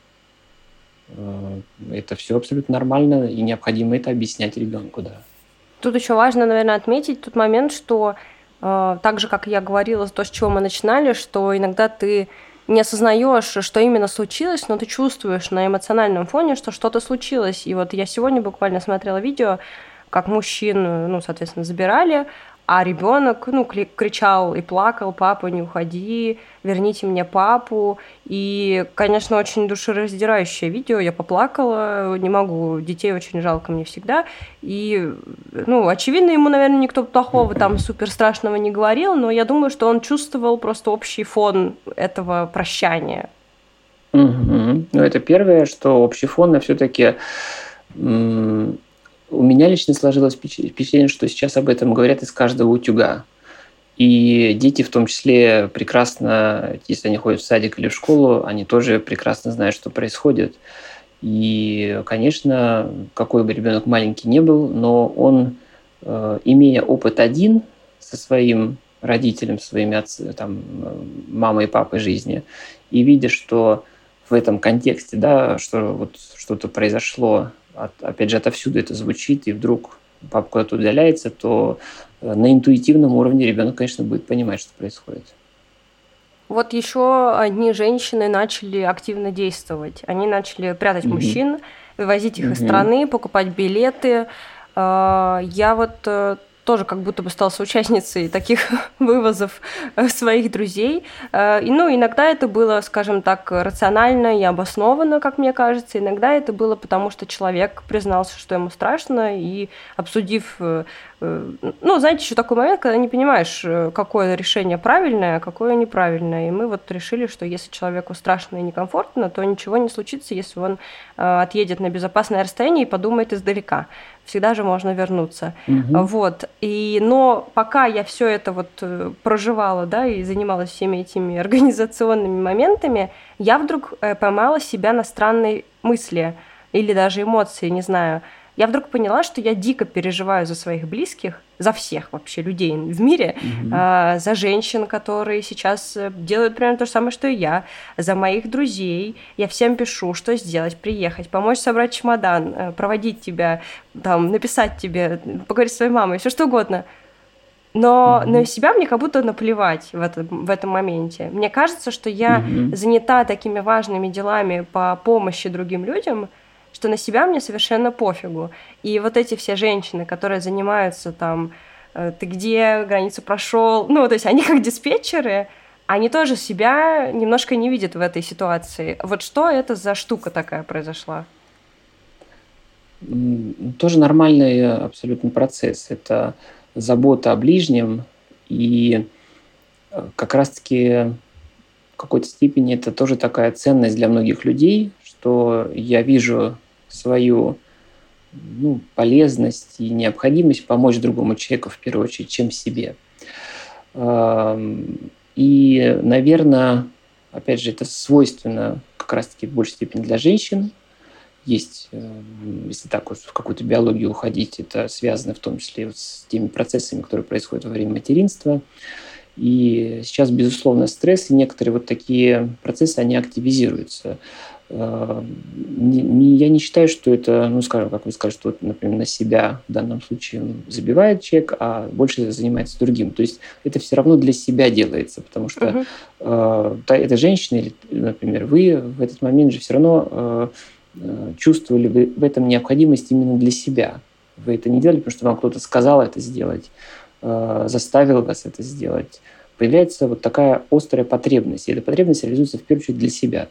Это все абсолютно нормально, и необходимо это объяснять ребенку, да. Тут еще важно, наверное, отметить тот момент, что так же, как я говорила, то, с чего мы начинали, что иногда ты не осознаешь, что именно случилось, но ты чувствуешь на эмоциональном фоне, что что-то случилось. И вот я сегодня буквально смотрела видео, как мужчин, соответственно, забирали, а ребенок, кричал и плакал: папа, не уходи, верните мне папу. И, конечно, очень душераздирающее видео, я поплакала, не могу, детей очень жалко мне всегда. И, очевидно, ему, наверное, никто плохого там супер страшного не говорил, но я думаю, что он чувствовал просто общий фон этого прощания. Ну, это первое, что общий фон, а все-таки у меня лично сложилось впечатление, что сейчас об этом говорят из каждого утюга. И дети в том числе прекрасно, если они ходят в садик или в школу, они тоже прекрасно знают, что происходит. И, конечно, какой бы ребенок маленький ни был, но он, имея опыт один со своим родителем, своими мамой и папой жизни, и видя, что в этом контексте, да, что вот что-то произошло, опять же, отовсюду это звучит, и вдруг папа куда-то удаляется, то на интуитивном уровне ребенок, конечно, будет понимать, что происходит. Вот еще одни женщины начали активно действовать. Они начали прятать мужчин. возить их из страны, покупать билеты. Я вот тоже как будто бы стала соучастницей таких вывозов своих друзей. Ну, иногда это было, скажем так, рационально и обоснованно, как мне кажется. Иногда это было потому, что человек признался, что ему страшно, и обсудив... Ну, знаете, еще такой момент, когда не понимаешь, какое решение правильное, а какое неправильное. И мы вот решили, что если человеку страшно и некомфортно, то ничего не случится, если он отъедет на безопасное расстояние и подумает издалека. Всегда же можно вернуться. Вот. Но пока я все это вот проживала, да, и занималась всеми этими организационными моментами, я вдруг поймала себя на странной мысли или даже эмоции, не знаю. Я вдруг поняла, что я дико переживаю за своих близких, за всех вообще людей в мире, за женщин, которые сейчас делают примерно то же самое, что и я, за моих друзей. Я всем пишу, что сделать, приехать, помочь собрать чемодан, проводить тебя, там, написать тебе, поговорить с своей мамой, все что угодно. Но на себя мне как будто наплевать в этом моменте. Мне кажется, что я занята такими важными делами по помощи другим людям, что на себя мне совершенно пофигу. И вот эти все женщины, которые занимаются там, ты где, границу прошел, ну, то есть они как диспетчеры, они тоже себя немножко не видят в этой ситуации. Вот что это за штука такая произошла? Тоже нормальный абсолютно процесс. Это забота о ближнем, и как раз-таки в какой-то степени это тоже такая ценность для многих людей, что я вижу свою полезность и необходимость помочь другому человеку в первую очередь, чем себе. И, наверное, опять же, это свойственно как раз-таки в большей степени для женщин. Есть, если так вот в какую-то биологию уходить, это связано в том числе с теми процессами, которые происходят во время материнства. И сейчас, безусловно, стресс и некоторые вот такие процессы, они активизируются. Я не считаю, что это, скажем, как вы сказали, что, вот, например, на себя в данном случае забивает человек, а больше занимается другим. То есть это все равно для себя делается, потому что эта женщина, или, например, вы в этот момент же все равно чувствовали вы в этом необходимость именно для себя. Вы это не делали, потому что вам кто-то сказал это сделать, заставил вас это сделать. Появляется вот такая острая потребность. И эта потребность реализуется в первую очередь для себя.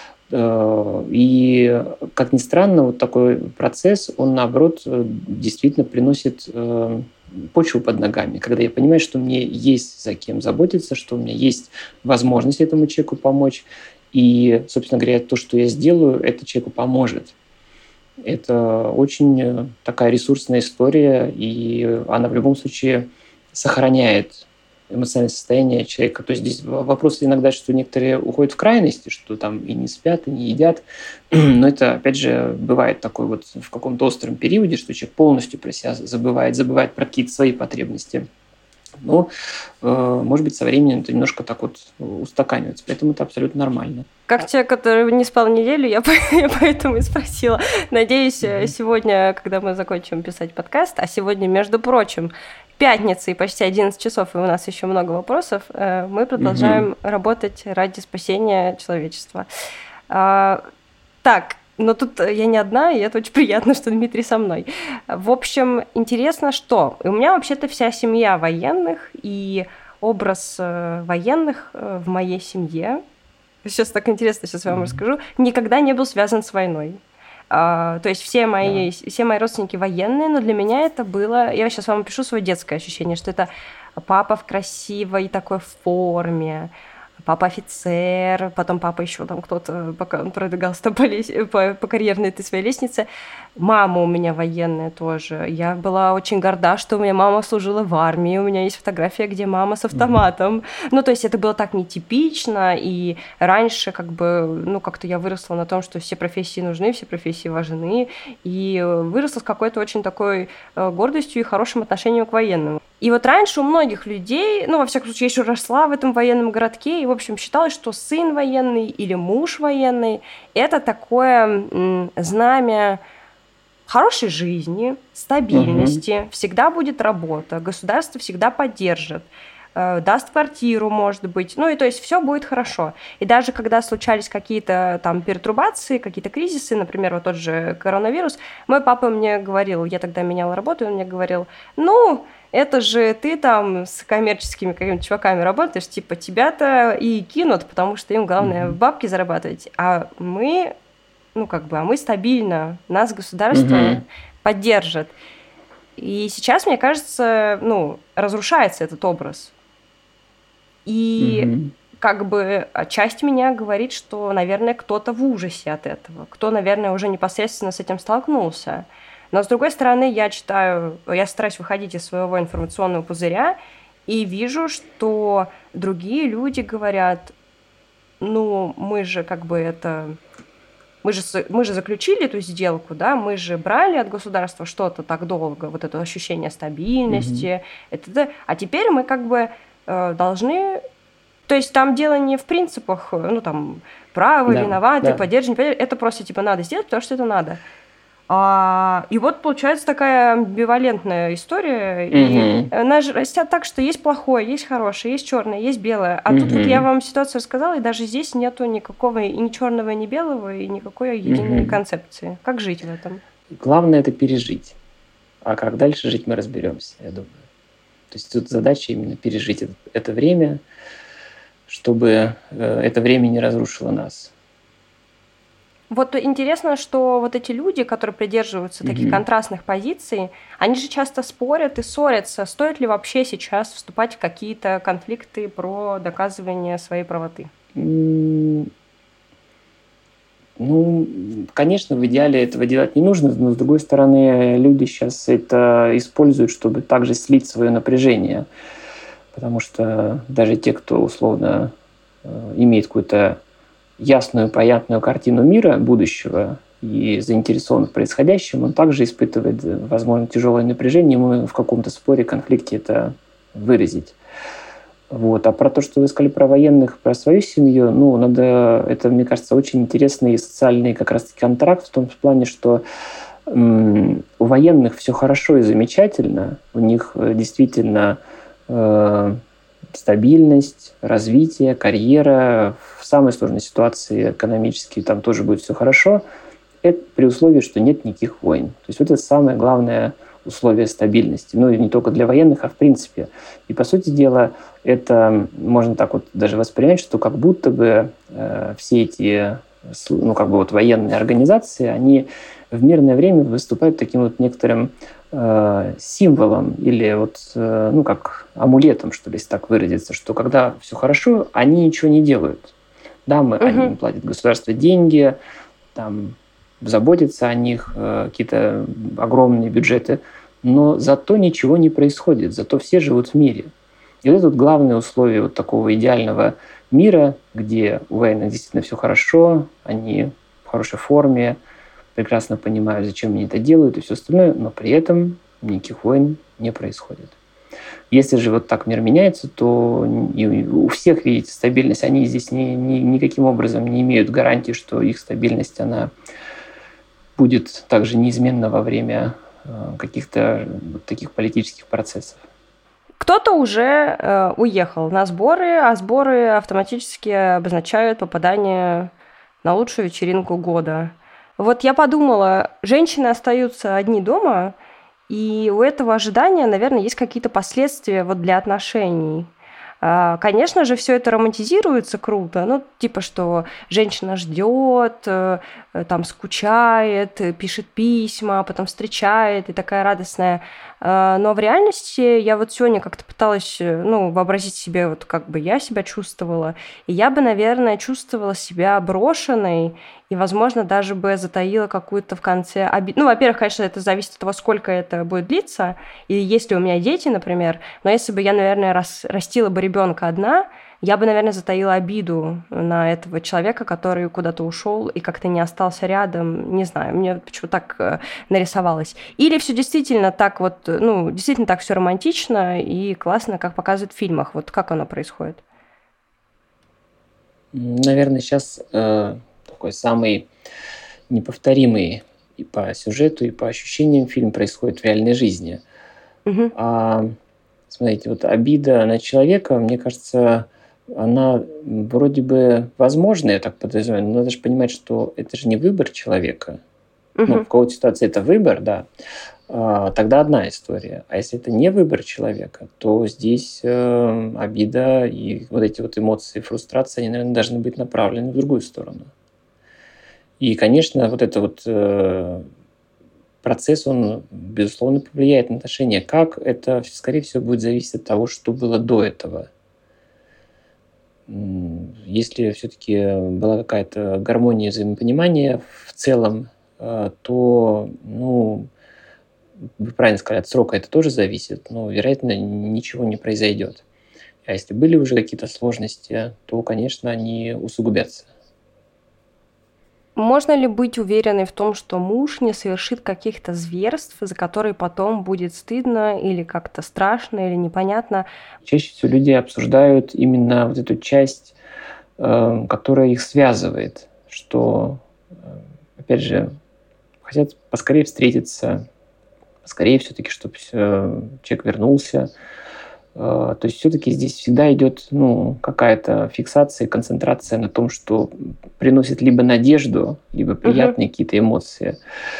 И, как ни странно, вот такой процесс, он, наоборот, действительно приносит почву под ногами, когда я понимаю, что мне есть за кем заботиться, что у меня есть возможность этому человеку помочь. И, собственно говоря, то, что я сделаю, это человеку поможет. Это очень такая ресурсная история, и она в любом случае сохраняет эмоциональное состояние человека. То есть здесь вопрос иногда, что некоторые уходят в крайности, что там и не спят, и не едят. Но это, опять же, бывает такой вот в каком-то остром периоде, что человек полностью про себя забывает про какие-то свои потребности. Но, может быть, со временем это немножко так вот устаканивается. Поэтому это абсолютно нормально. Как человек, который не спал неделю, я поэтому и спросила. Надеюсь, сегодня, когда мы закончим писать подкаст, а сегодня, между прочим, пятница и почти 11 часов, и у нас еще много вопросов, мы продолжаем работать ради спасения человечества. Так, но тут я не одна, и это очень приятно, что Дмитрий со мной. В общем, интересно, что у меня вообще-то вся семья военных, и образ военных в моей семье, сейчас так интересно, сейчас я вам расскажу, никогда не был связан с войной. То есть все мои родственники военные, но для меня это было... Я сейчас вам опишу свое детское ощущение, что это папа в красивой такой форме, папа офицер, потом папа еще там кто-то, пока он продвигался там по карьерной этой своей лестнице. Мама у меня военная тоже. Я была очень горда, что у меня мама служила в армии. У меня есть фотография, где мама с автоматом. Ну, то есть это было так нетипично, и раньше как-то я выросла на том, что все профессии нужны, все профессии важны, и выросла с какой-то очень такой гордостью и хорошим отношением к военным. И вот раньше у многих людей, во всяком случае, я еще росла в этом военном городке, и, в общем, считалось, что сын военный или муж военный – это такое знамя хорошей жизни, стабильности, всегда будет работа, государство всегда поддержит. даст квартиру, может быть. Ну, и то есть все будет хорошо. И даже когда случались какие-то там пертурбации, какие-то кризисы, например, вот тот же коронавирус, мой папа мне говорил, я тогда меняла работу, он мне говорил, ну, это же ты там с коммерческими какими-то чуваками работаешь, типа тебя-то и кинут, потому что им главное бабки зарабатывать. А мы, ну, как бы, а мы стабильно, нас государство поддержит. И сейчас, мне кажется, ну, разрушается этот образ. И как бы часть меня говорит, что, наверное, кто-то в ужасе от этого, кто, наверное, уже непосредственно с этим столкнулся. Но, с другой стороны, я стараюсь выходить из своего информационного пузыря и вижу, что другие люди говорят, ну, мы же как бы это... Мы же заключили эту сделку, да, мы же брали от государства что-то так долго, вот это ощущение стабильности, а теперь мы как бы должны... То есть там дело не в принципах, ну, там, правы, виноваты, поддерживать, это просто, типа, надо сделать, потому что это надо. И вот получается такая амбивалентная история. И наши растят так, что есть плохое, есть хорошее, есть черное, есть белое. А тут вот я вам ситуацию рассказала, и даже здесь нету никакого и ни черного, ни белого, и никакой единой концепции. Как жить в этом? Главное это пережить. А как дальше жить, мы разберемся, я думаю. То есть тут задача именно пережить это время, чтобы это время не разрушило нас. Вот интересно, что вот эти люди, которые придерживаются таких контрастных позиций, они же часто спорят и ссорятся, стоит ли вообще сейчас вступать в какие-то конфликты про доказывание своей правоты? Ну, конечно, в идеале этого делать не нужно, но, с другой стороны, люди сейчас это используют, чтобы также слить свое напряжение. Потому что даже те, кто условно имеет какую-то ясную, понятную картину мира будущего и заинтересован в происходящем, он также испытывает, возможно, тяжелое напряжение, ему в каком-то споре, конфликте это выразить. Вот. А про то, что вы сказали про военных, про свою семью, это, мне кажется, очень интересный социальный как раз-таки контракт в том плане, что у военных все хорошо и замечательно, у них действительно стабильность, развитие, карьера. В самой сложной ситуации экономически там тоже будет все хорошо. Это при условии, что нет никаких войн. То есть вот это самое главное условие стабильности. Ну и не только для военных, а в принципе. И по сути дела, это можно так вот даже воспринять, что как будто бы все эти военные организации, они в мирное время выступают таким вот некоторым символом или как амулетом, что ли, если так выразиться, что когда все хорошо, они ничего не делают. Да, они платят государству деньги, там, заботятся о них, какие-то огромные бюджеты, но зато ничего не происходит, зато все живут в мире. И вот это вот главное условие вот такого идеального мира, где у военных действительно все хорошо, они в хорошей форме, прекрасно понимают, зачем они это делают и все остальное, но при этом никаких войн не происходит. Если же вот так мир меняется, то и у всех, видите, стабильность, они здесь никаким образом не имеют гарантии, что их стабильность, она будет также неизменна во время каких-то вот таких политических процессов. Кто-то уже уехал на сборы, а сборы автоматически обозначают попадание на лучшую вечеринку года. Вот я подумала, женщины остаются одни дома, и у этого ожидания, наверное, есть какие-то последствия вот для отношений. Конечно же, все это романтизируется круто, ну, типа, что женщина ждет, там, скучает, пишет письма, потом встречает, и такая радостная. Но в реальности я вот сегодня как-то пыталась, вообразить себе, вот как бы я себя чувствовала, и я бы, наверное, чувствовала себя брошенной, и, возможно, даже бы затаила какую-то в конце обиду. Ну, во-первых, конечно, это зависит от того, сколько это будет длиться, и есть ли у меня дети, например. Но если бы я, наверное, растила бы ребенка одна, я бы, наверное, затаила обиду на этого человека, который куда-то ушел и как-то не остался рядом. Не знаю, мне почему-то так нарисовалось. Или все действительно так вот, действительно так все романтично и классно, как показывают в фильмах. Вот как оно происходит? Наверное, сейчас такой самый неповторимый и по сюжету, и по ощущениям фильм происходит в реальной жизни. смотрите, вот обида на человека, мне кажется, она вроде бы возможна, я так подозреваю, но надо же понимать, что это же не выбор человека. Ну, в какой-то ситуации это выбор, да, тогда одна история. А если это не выбор человека, то здесь обида и вот эти вот эмоции, фрустрация, они, наверное, должны быть направлены в другую сторону. И, конечно, вот это вот процесс, он, безусловно, повлияет на отношения. Как? Это, скорее всего, будет зависеть от того, что было до этого. Если все-таки была какая-то гармония взаимопонимания в целом, то, ну, вы правильно сказали, от срока это тоже зависит, но, вероятно, ничего не произойдет. А если были уже какие-то сложности, то, конечно, они усугубятся. Можно ли быть уверенной в том, что муж не совершит каких-то зверств, за которые потом будет стыдно или как-то страшно или непонятно? Чаще всего люди обсуждают именно вот эту часть, которая их связывает, что, опять же, хотят поскорее встретиться, поскорее все-таки, чтобы человек вернулся. То есть все-таки здесь всегда идет какая-то фиксация, концентрация на том, что приносит либо надежду, либо приятные какие-то эмоции.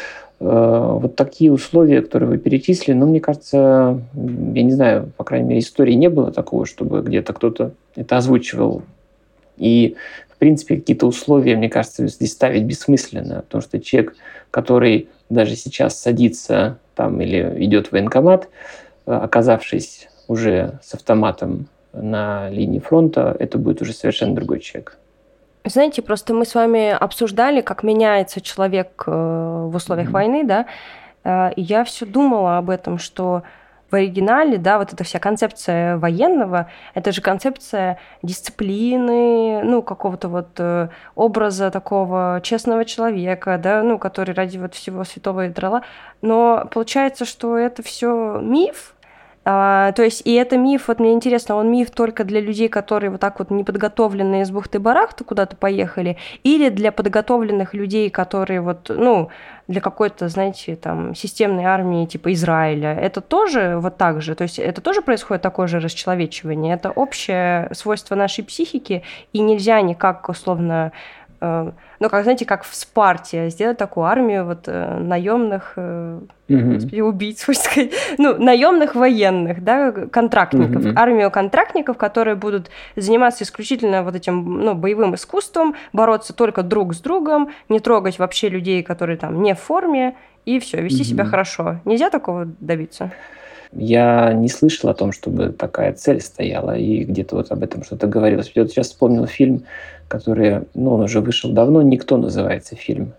Вот такие условия, которые вы перечислили, мне кажется, я не знаю, по крайней мере, истории не было такого, чтобы где-то кто-то это озвучивал. И, в принципе, какие-то условия, мне кажется, здесь ставить бессмысленно, потому что человек, который даже сейчас садится там или идет в военкомат, оказавшись уже с автоматом на линии фронта, это будет уже совершенно другой человек. Знаете, просто мы с вами обсуждали, как меняется человек в условиях войны, да, и я все думала об этом, что в оригинале, да, вот эта вся концепция военного, это же концепция дисциплины, какого-то вот образа такого честного человека, да, который ради вот всего святого и трала. Но получается, что это все миф. То есть, и это миф, вот мне интересно, он миф только для людей, которые вот так вот неподготовленные из бухты-барахты куда-то поехали, или для подготовленных людей, которые вот, для какой-то, знаете, там, системной армии типа Израиля. Это тоже вот так же? То есть это тоже происходит такое же расчеловечивание? Это общее свойство нашей психики, и нельзя никак, условно, знаете, как в Спарте, сделать такую армию вот наемных убийц, хочется сказать, наемных военных, да, контрактников, армию контрактников, которые будут заниматься исключительно вот этим, боевым искусством, бороться только друг с другом, не трогать вообще людей, которые там не в форме, и все, вести себя хорошо. Нельзя такого добиться? Я не слышал о том, чтобы такая цель стояла, и где-то вот об этом что-то говорилось. Я вот сейчас вспомнил фильм, который, он уже вышел давно, «Никто» называется фильм.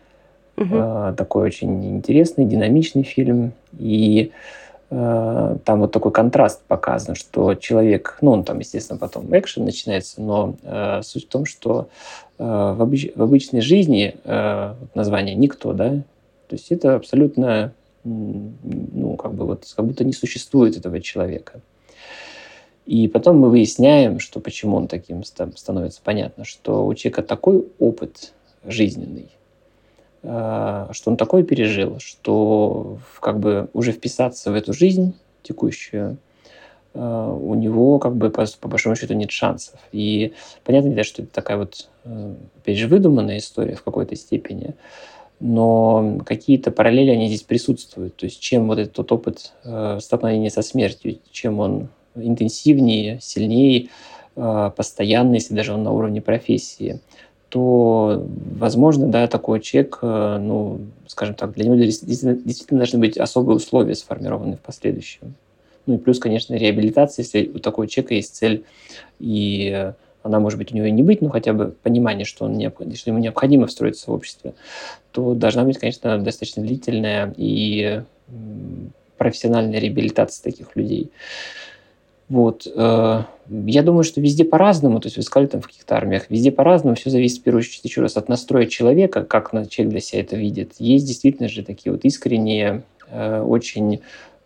Такой очень интересный, динамичный фильм. И там вот такой контраст показан, что человек, он там, естественно, потом экшен начинается, но суть в том, что в обычной жизни название «Никто», да, то есть это абсолютно, как будто не существует этого человека. И потом мы выясняем, что почему он таким становится понятно, что у человека такой опыт жизненный, что он такое пережил, что уже вписаться в эту жизнь текущую у него по большому счету нет шансов. И понятно, что это такая вот, опять же, выдуманная история в какой-то степени, но какие-то параллели, они здесь присутствуют. То есть чем вот этот опыт столкновения со смертью, чем он интенсивнее, сильнее, постоянный, если даже он на уровне профессии, то, возможно, да, такой человек, скажем так, для него действительно должны быть особые условия сформированы в последующем. И плюс, конечно, реабилитация, если у такого человека есть цель, и она, может быть, у него и не быть, но хотя бы понимание, что ему необходимо встроиться в общество, то должна быть, конечно, достаточно длительная и профессиональная реабилитация таких людей. Вот. Я думаю, что везде по-разному, то есть вы сказали, там в каких-то армиях, везде по-разному, все зависит, в первую очередь, еще раз, от настроя человека, как человек для себя это видит. Есть действительно же такие вот искренние, очень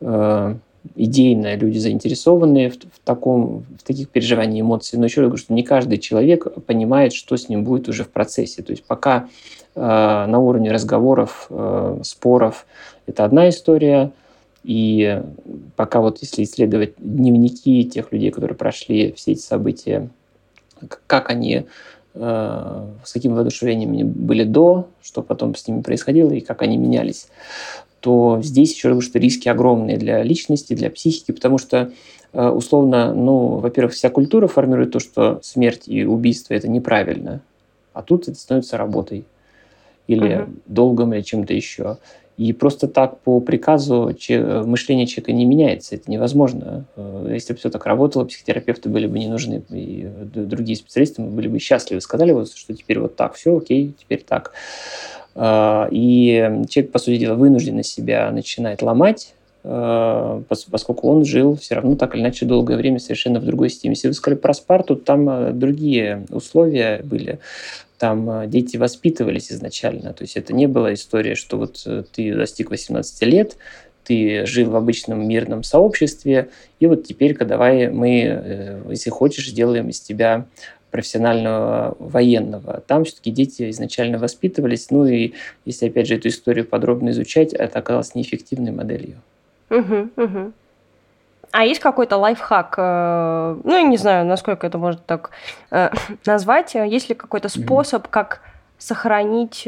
идейно люди заинтересованные в таких переживаниях, эмоций. Но еще раз говорю, что не каждый человек понимает, что с ним будет уже в процессе. То есть пока на уровне разговоров, споров это одна история, И пока вот если исследовать дневники тех людей, которые прошли все эти события, как они, с каким воодушевлением они были до, что потом с ними происходило и как они менялись, то здесь еще раз, что риски огромные для личности, для психики, потому что условно, во-первых, вся культура формирует то, что смерть и убийство – это неправильно, а тут это становится работой или долгом, или чем-то еще. И просто так по приказу мышление человека не меняется. Это невозможно. Если бы все так работало, психотерапевты были бы не нужны, и другие специалисты были бы счастливы. Сказали, что теперь вот так, все окей, теперь так. И человек, по сути дела, вынужденно себя начинает ломать, поскольку он жил все равно так или иначе долгое время совершенно в другой системе. Если вы сказали про Спарту, там другие условия были. Там дети воспитывались изначально. То есть это не была история, что вот ты достиг 18 лет, ты жил в обычном мирном сообществе, и вот теперь-ка давай мы, если хочешь, сделаем из тебя профессионального военного. Там все-таки дети изначально воспитывались. И если, опять же, эту историю подробно изучать, это оказалось неэффективной моделью. А есть какой-то лайфхак, я не знаю, насколько это можно так назвать, есть ли какой-то способ, как сохранить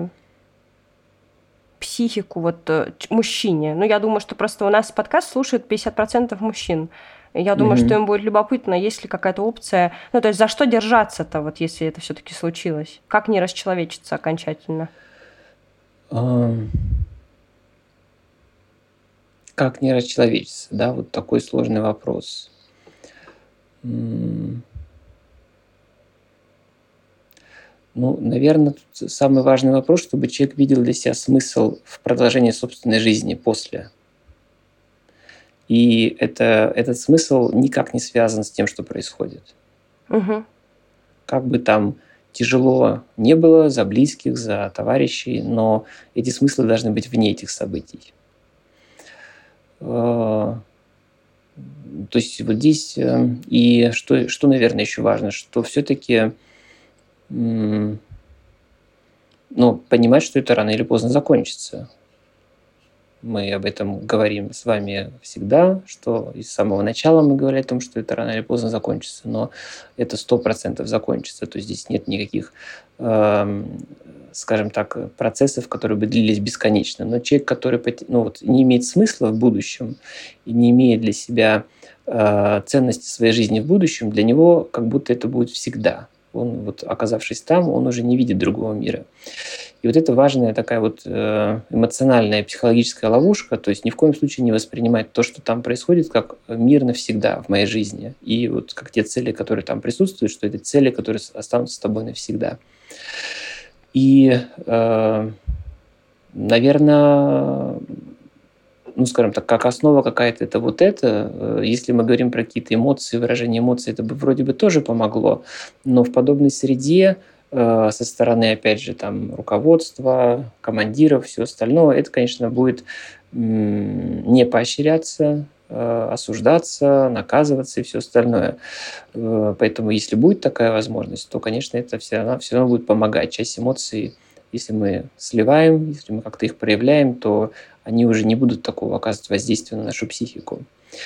психику мужчине? Я думаю, что просто у нас подкаст слушает 50% мужчин. Я думаю, что им будет любопытно, есть ли какая-то опция, то есть за что держаться-то, если это все-таки случилось? Как не расчеловечиться окончательно? Как не расчеловечиться? Да, вот такой сложный вопрос. Наверное, тут самый важный вопрос, чтобы человек видел для себя смысл в продолжении собственной жизни после. И этот смысл никак не связан с тем, что происходит. Как бы там тяжело не было за близких, за товарищей, но эти смыслы должны быть вне этих событий. То есть вот здесь и что, наверное, еще важно, что все-таки понимать, что это рано или поздно закончится. Мы об этом говорим с вами всегда, что и с самого начала мы говорили о том, что это рано или поздно закончится, но это 100% закончится. То есть здесь нет никаких, скажем так, процессов, которые бы длились бесконечно. Но человек, который не имеет смысла в будущем и не имеет для себя ценности своей жизни в будущем, для него как будто это будет всегда. Он, оказавшись там, он уже не видит другого мира. И это важная такая эмоциональная психологическая ловушка, то есть ни в коем случае не воспринимать то, что там происходит, как мир навсегда в моей жизни. И как те цели, которые там присутствуют, что это цели, которые останутся с тобой навсегда. И, наверное, скажем так, как основа какая-то это. Если мы говорим про какие-то эмоции, выражение эмоций, это бы вроде бы тоже помогло, но в подобной среде со стороны, опять же, там, руководства, командиров, все остальное, это, конечно, будет не поощряться, осуждаться, наказываться и все остальное. Поэтому, если будет такая возможность, то, конечно, это все равно будет помогать. Часть эмоций, если мы сливаем, если мы как-то их проявляем, то они уже не будут такого оказывать воздействия на нашу психику.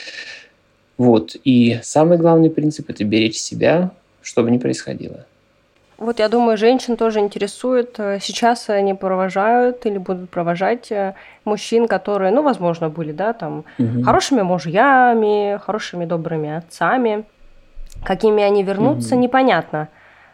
И самый главный принцип – это беречь себя, что бы ни происходило. Я думаю, женщин тоже интересует. Сейчас они провожают или будут провожать мужчин, которые, возможно, были, хорошими мужьями, хорошими добрыми отцами. Какими они вернутся, непонятно.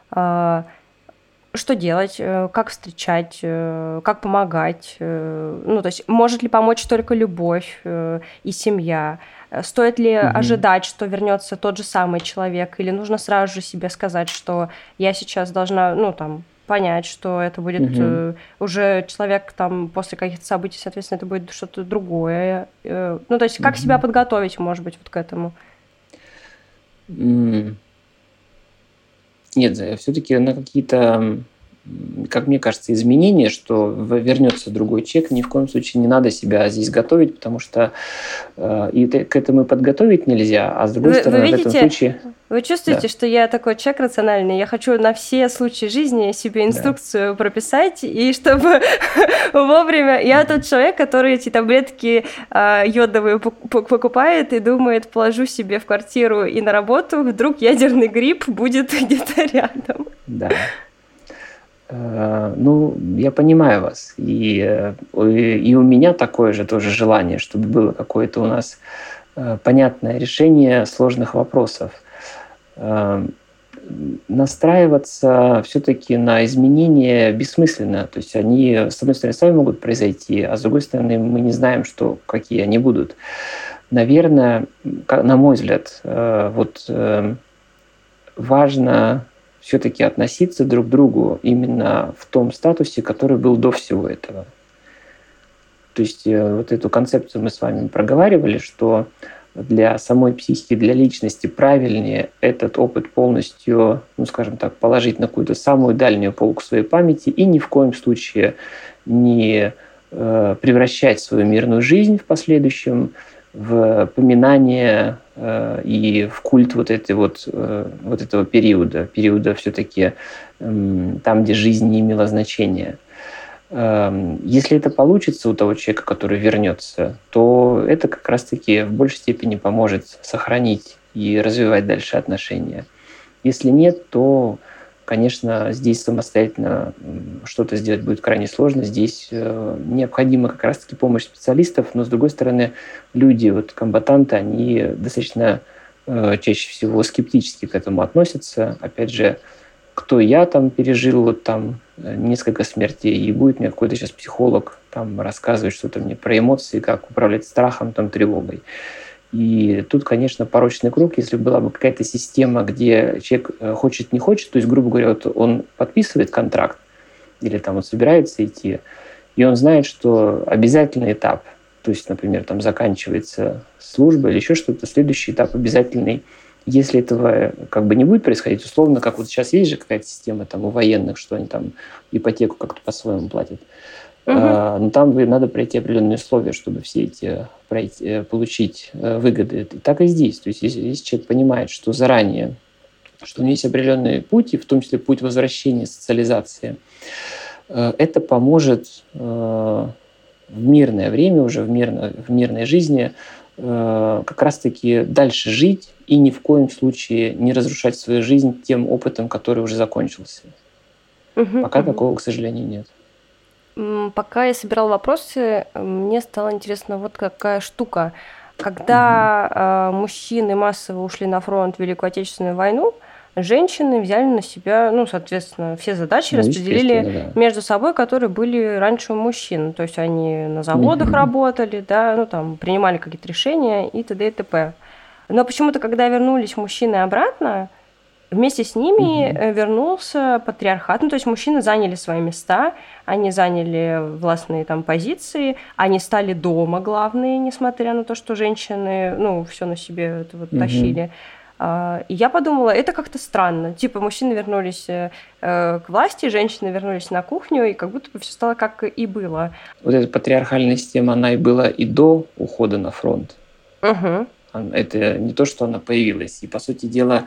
Что делать, как встречать, как помогать. То есть может ли помочь только любовь и семья? Стоит ли ожидать, что вернется тот же самый человек, или нужно сразу же себе сказать, что я сейчас должна, понять, что это будет уже человек после каких-то событий, соответственно, это будет что-то другое. То есть как себя подготовить, может быть, к этому? Нет, все-таки на какие-то как мне кажется, изменение, что вернется другой человек, ни в коем случае не надо себя здесь готовить, потому что к этому и подготовить нельзя, а с другой стороны, видите, в этом случае... Вы чувствуете, что я такой человек рациональный? Я хочу на все случаи жизни себе инструкцию прописать, и чтобы вовремя... Я тот человек, который эти таблетки йодовые покупает и думает, положу себе в квартиру и на работу, вдруг ядерный грипп будет где-то рядом. Да. Я понимаю вас. И у меня такое же тоже желание, чтобы было какое-то у нас понятное решение сложных вопросов. Настраиваться все-таки на изменения бессмысленно. То есть они, с одной стороны, сами могут произойти, а с другой стороны, мы не знаем, какие они будут. Наверное, на мой взгляд, важно все-таки относиться друг к другу именно в том статусе, который был до всего этого. То есть вот эту концепцию мы с вами проговаривали, что для самой психики, для личности правильнее этот опыт полностью, скажем так, положить на какую-то самую дальнюю полку своей памяти и ни в коем случае не превращать свою мирную жизнь в последующем в поминание и в культ этого периода все-таки там, где жизнь не имела значения. Если это получится у того человека, который вернется, то это как раз-таки в большей степени поможет сохранить и развивать дальше отношения. Если нет, то, конечно, здесь самостоятельно что-то сделать будет крайне сложно. Здесь необходима как раз-таки помощь специалистов, но, с другой стороны, люди, комбатанты, они достаточно чаще всего скептически к этому относятся. Опять же, кто я пережил несколько смертей, и будет мне какой-то сейчас психолог рассказывать что-то мне про эмоции, как управлять страхом, тревогой. И тут, конечно, порочный круг. Если была бы какая-то система, где человек хочет, не хочет, то есть, грубо говоря, он подписывает контракт или собирается идти, и он знает, что обязательный этап, то есть, например, заканчивается служба или еще что-то, следующий этап обязательный. Если этого не будет происходить, условно, как сейчас есть же какая-то система у военных, что они ипотеку как-то по-своему платят, но там надо пройти определенные условия, чтобы все эти получить выгоды. И так и здесь. То есть если человек понимает, что заранее, что у него есть определенные пути, в том числе путь возвращения, социализации, это поможет в мирное время, уже в мирной жизни как раз-таки дальше жить и ни в коем случае не разрушать свою жизнь тем опытом, который уже закончился. Пока такого, к сожалению, нет. Пока я собирала вопросы, мне стало интересно вот какая штука. Когда мужчины массово ушли на фронт в Великую Отечественную войну, женщины взяли на себя, соответственно, все задачи распределили между собой, которые были раньше у мужчин. То есть они на заводах работали, принимали какие-то решения и т.д. и т.п. Но почему-то, когда вернулись мужчины обратно, вместе с ними вернулся патриархат. То есть мужчины заняли свои места, они заняли властные позиции, они стали дома главные, несмотря на то, что женщины, все на себе это тащили. И я подумала, это как-то странно. Мужчины вернулись к власти, женщины вернулись на кухню, и как будто бы все стало как и было. Вот эта патриархальная система, она и была и до ухода на фронт. Это не то, что она появилась. И, по сути дела,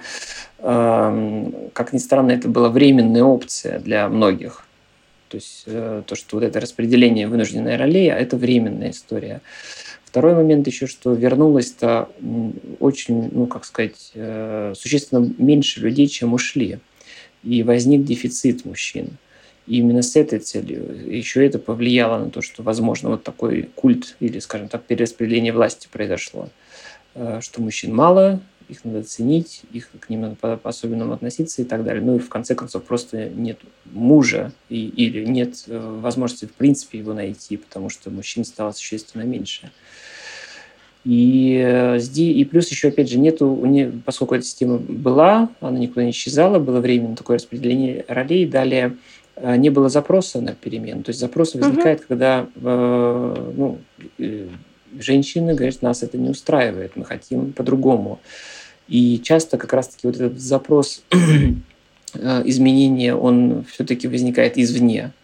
как ни странно, это была временная опция для многих. То есть то, что это распределение вынужденной ролей, это временная история. Второй момент еще, что вернулось-то очень, существенно меньше людей, чем ушли. И возник дефицит мужчин. И именно с этой целью еще это повлияло на то, что, возможно, такой культ или, скажем так, перераспределение власти произошло. Что мужчин мало, их надо ценить, к ним надо по-особенному относиться и так далее. И в конце концов просто нет мужа или нет возможности в принципе его найти, потому что мужчин стало существенно меньше. И плюс еще, опять же, поскольку эта система была, она никуда не исчезала, было временно такое распределение ролей, далее не было запроса на перемену. То есть запрос возникает, когда женщины говорят, нас это не устраивает, мы хотим по-другому. И часто как раз-таки этот запрос изменения, он все-таки возникает извне.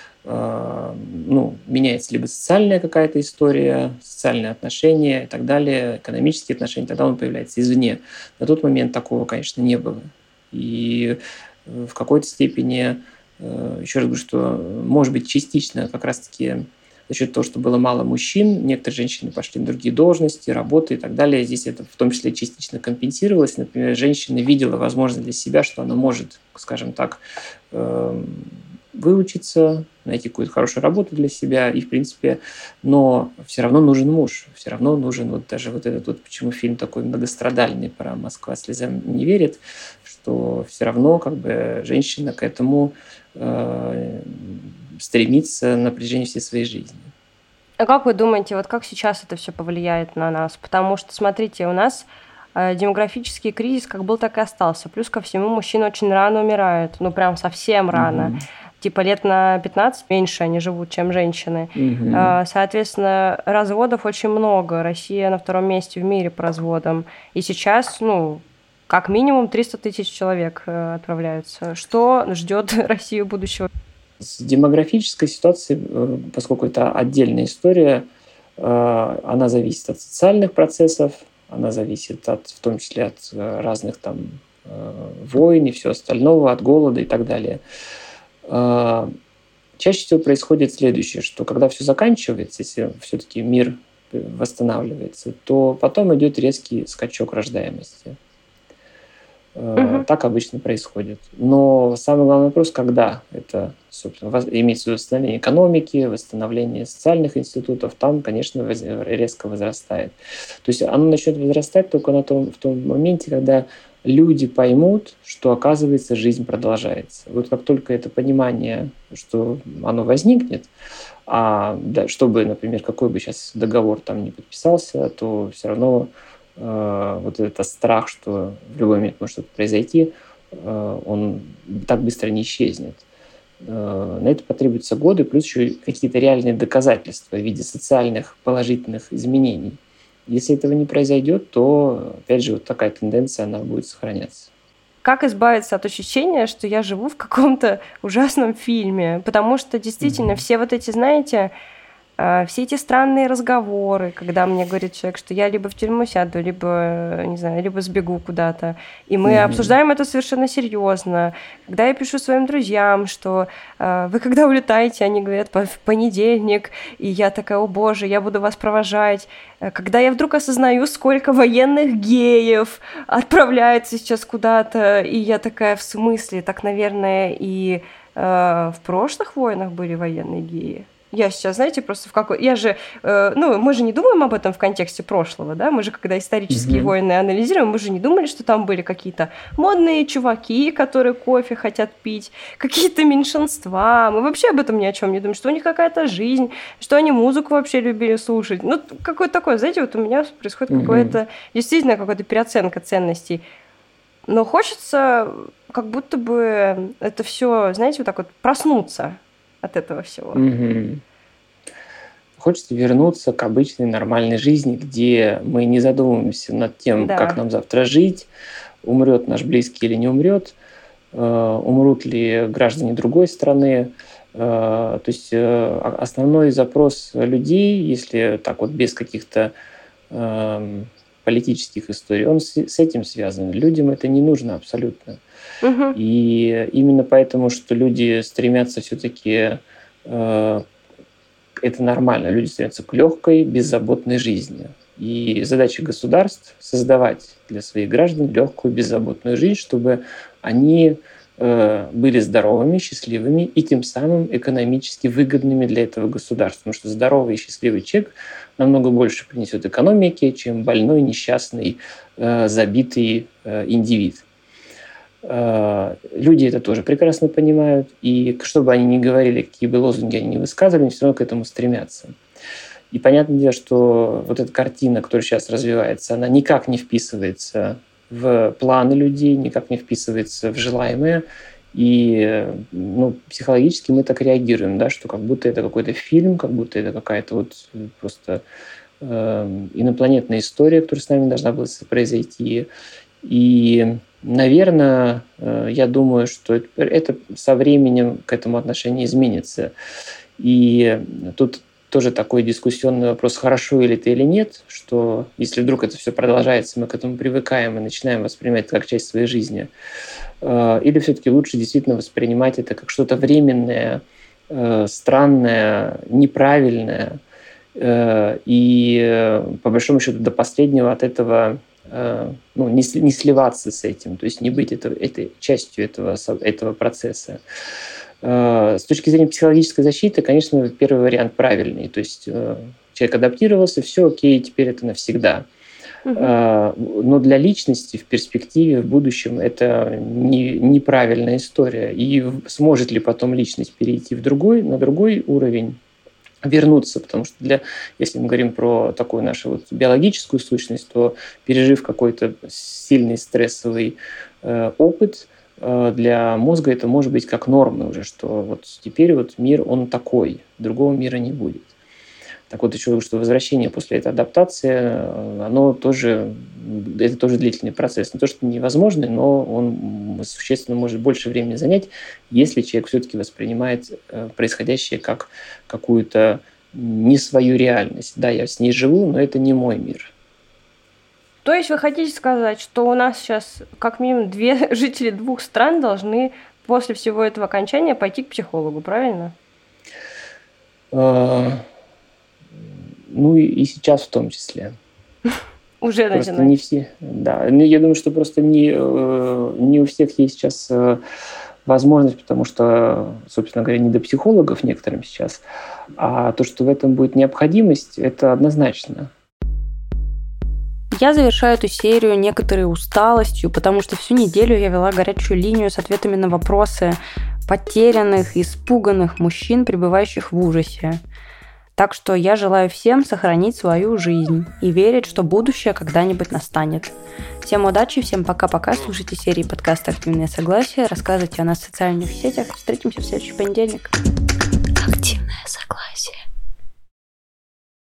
Меняется либо социальная какая-то история, социальные отношения и так далее, экономические отношения, тогда он появляется извне. На тот момент такого, конечно, не было. И в какой-то степени, еще раз говорю, что, может быть, частично как раз-таки за счет того, что было мало мужчин, некоторые женщины пошли на другие должности, работы и так далее. Здесь это в том числе частично компенсировалось. Например, женщина видела возможность для себя, что она может, скажем так, выучиться, найти какую-то хорошую работу для себя, и, в принципе, но все равно нужен муж, все равно нужен даже этот почему фильм такой многострадальный про «Москва слезам не верит», что все равно женщина к этому стремится на протяжении всей своей жизни. А как вы думаете, как сейчас это все повлияет на нас? Потому что, смотрите, у нас демографический кризис как был, так и остался. Плюс ко всему мужчины очень рано умирают, прям совсем рано. Типа лет на 15 меньше они живут, чем женщины. Соответственно, разводов очень много. Россия на 2-м месте в мире по разводам. И сейчас, как минимум 300 тысяч человек отправляются. Что ждет Россию будущего? С демографической ситуацией, поскольку это отдельная история, она зависит от социальных процессов, она зависит в том числе от разных войн и всего остального, от голода и так далее. Чаще всего происходит следующее, что когда все заканчивается, если все-таки мир восстанавливается, то потом идет резкий скачок рождаемости. Так обычно происходит. Но самый главный вопрос, когда это, собственно, имеется в виду восстановление экономики, восстановление социальных институтов, там, конечно, резко возрастает. То есть оно начнет возрастать только в том моменте, когда люди поймут, что, оказывается, жизнь продолжается. Как только это понимание, что оно возникнет, чтобы, например, какой бы сейчас договор там ни подписался, то все равно этот страх, что в любой момент может что-то произойти, он так быстро не исчезнет. На это потребуются годы, плюс еще какие-то реальные доказательства в виде социальных положительных изменений. Если этого не произойдет, то, опять же, такая тенденция, она будет сохраняться. Как избавиться от ощущения, что я живу в каком-то ужасном фильме? Потому что действительно все эти, знаете, все эти странные разговоры, когда мне говорит человек, что я либо в тюрьму сяду, либо, не знаю, либо сбегу куда-то. И мы обсуждаем это совершенно серьезно. Когда я пишу своим друзьям, что вы когда улетаете, они говорят, в понедельник, и я такая, о боже, я буду вас провожать. Когда я вдруг осознаю, сколько военных геев отправляется сейчас куда-то, и я такая, в смысле, так, наверное, и в прошлых войнах были военные геи. Я сейчас, знаете, просто Я же... мы же не думаем об этом в контексте прошлого, да? Мы же, когда исторические войны анализируем, мы же не думали, что там были какие-то модные чуваки, которые кофе хотят пить, какие-то меньшинства. Мы вообще об этом ни о чем не думаем, что у них какая-то жизнь, что они музыку вообще любили слушать. Какое-то такое, знаете, у меня происходит какое-то... Действительно, какая-то переоценка ценностей. Но хочется как будто бы это все, знаете, проснуться от этого всего. Хочется вернуться к обычной нормальной жизни, где мы не задумываемся над тем, как нам завтра жить, умрет наш близкий или не умрет, умрут ли граждане другой страны. То есть основной запрос людей, если без каких-то политических историй, он с этим связан. Людям это не нужно абсолютно. И именно поэтому, что люди стремятся все-таки, это нормально, люди стремятся к легкой, беззаботной жизни. И задача государств – создавать для своих граждан легкую, беззаботную жизнь, чтобы они были здоровыми, счастливыми и тем самым экономически выгодными для этого государства. Потому что здоровый и счастливый человек намного больше принесет экономике, чем больной, несчастный, забитый индивид. Люди это тоже прекрасно понимают, и что бы они ни говорили, какие бы лозунги они ни высказывали, они все равно к этому стремятся. И понятное дело, что эта картина, которая сейчас развивается, она никак не вписывается в планы людей, никак не вписывается в желаемое, и психологически мы так реагируем, да, что как будто это какой-то фильм, как будто это какая-то просто инопланетная история, которая с нами должна была произойти. И Наверное, я думаю, что это со временем к этому отношение изменится. И тут тоже такой дискуссионный вопрос, хорошо ли это или нет, что если вдруг это все продолжается, мы к этому привыкаем и начинаем воспринимать это как часть своей жизни, или все-таки лучше действительно воспринимать это как что-то временное, странное, неправильное, и по большому счету до последнего от этого не сливаться с этим, то есть не быть этой частью этого процесса. С точки зрения психологической защиты, конечно, первый вариант правильный. То есть человек адаптировался, все окей, теперь это навсегда. Но для личности в перспективе, в будущем это неправильная история. И сможет ли потом личность перейти на другой уровень, вернуться, потому что если мы говорим про такую нашу биологическую сущность, то пережив какой-то сильный стрессовый опыт, для мозга это может быть как норма уже, что теперь мир, он такой, другого мира не будет. Так вот, еще что возвращение после этой адаптации, это тоже длительный процесс. Не то, что невозможный, но он существенно может больше времени занять, если человек все-таки воспринимает происходящее как какую-то не свою реальность. Да, я с ней живу, но это не мой мир. То есть вы хотите сказать, что у нас сейчас как минимум жители 2 стран должны после всего этого окончания пойти к психологу, правильно? И сейчас в том числе. Уже просто начинают. Не все. Да. Я думаю, что просто не у всех есть сейчас возможность, потому что, собственно говоря, не до психологов некоторым сейчас, а то, что в этом будет необходимость, это однозначно. Я завершаю эту серию некоторой усталостью, потому что всю неделю я вела горячую линию с ответами на вопросы потерянных, испуганных мужчин, пребывающих в ужасе. Так что я желаю всем сохранить свою жизнь и верить, что будущее когда-нибудь настанет. Всем удачи, всем пока-пока. Слушайте серии подкаста «Активное согласие», рассказывайте о нас в социальных сетях. Встретимся в следующий понедельник.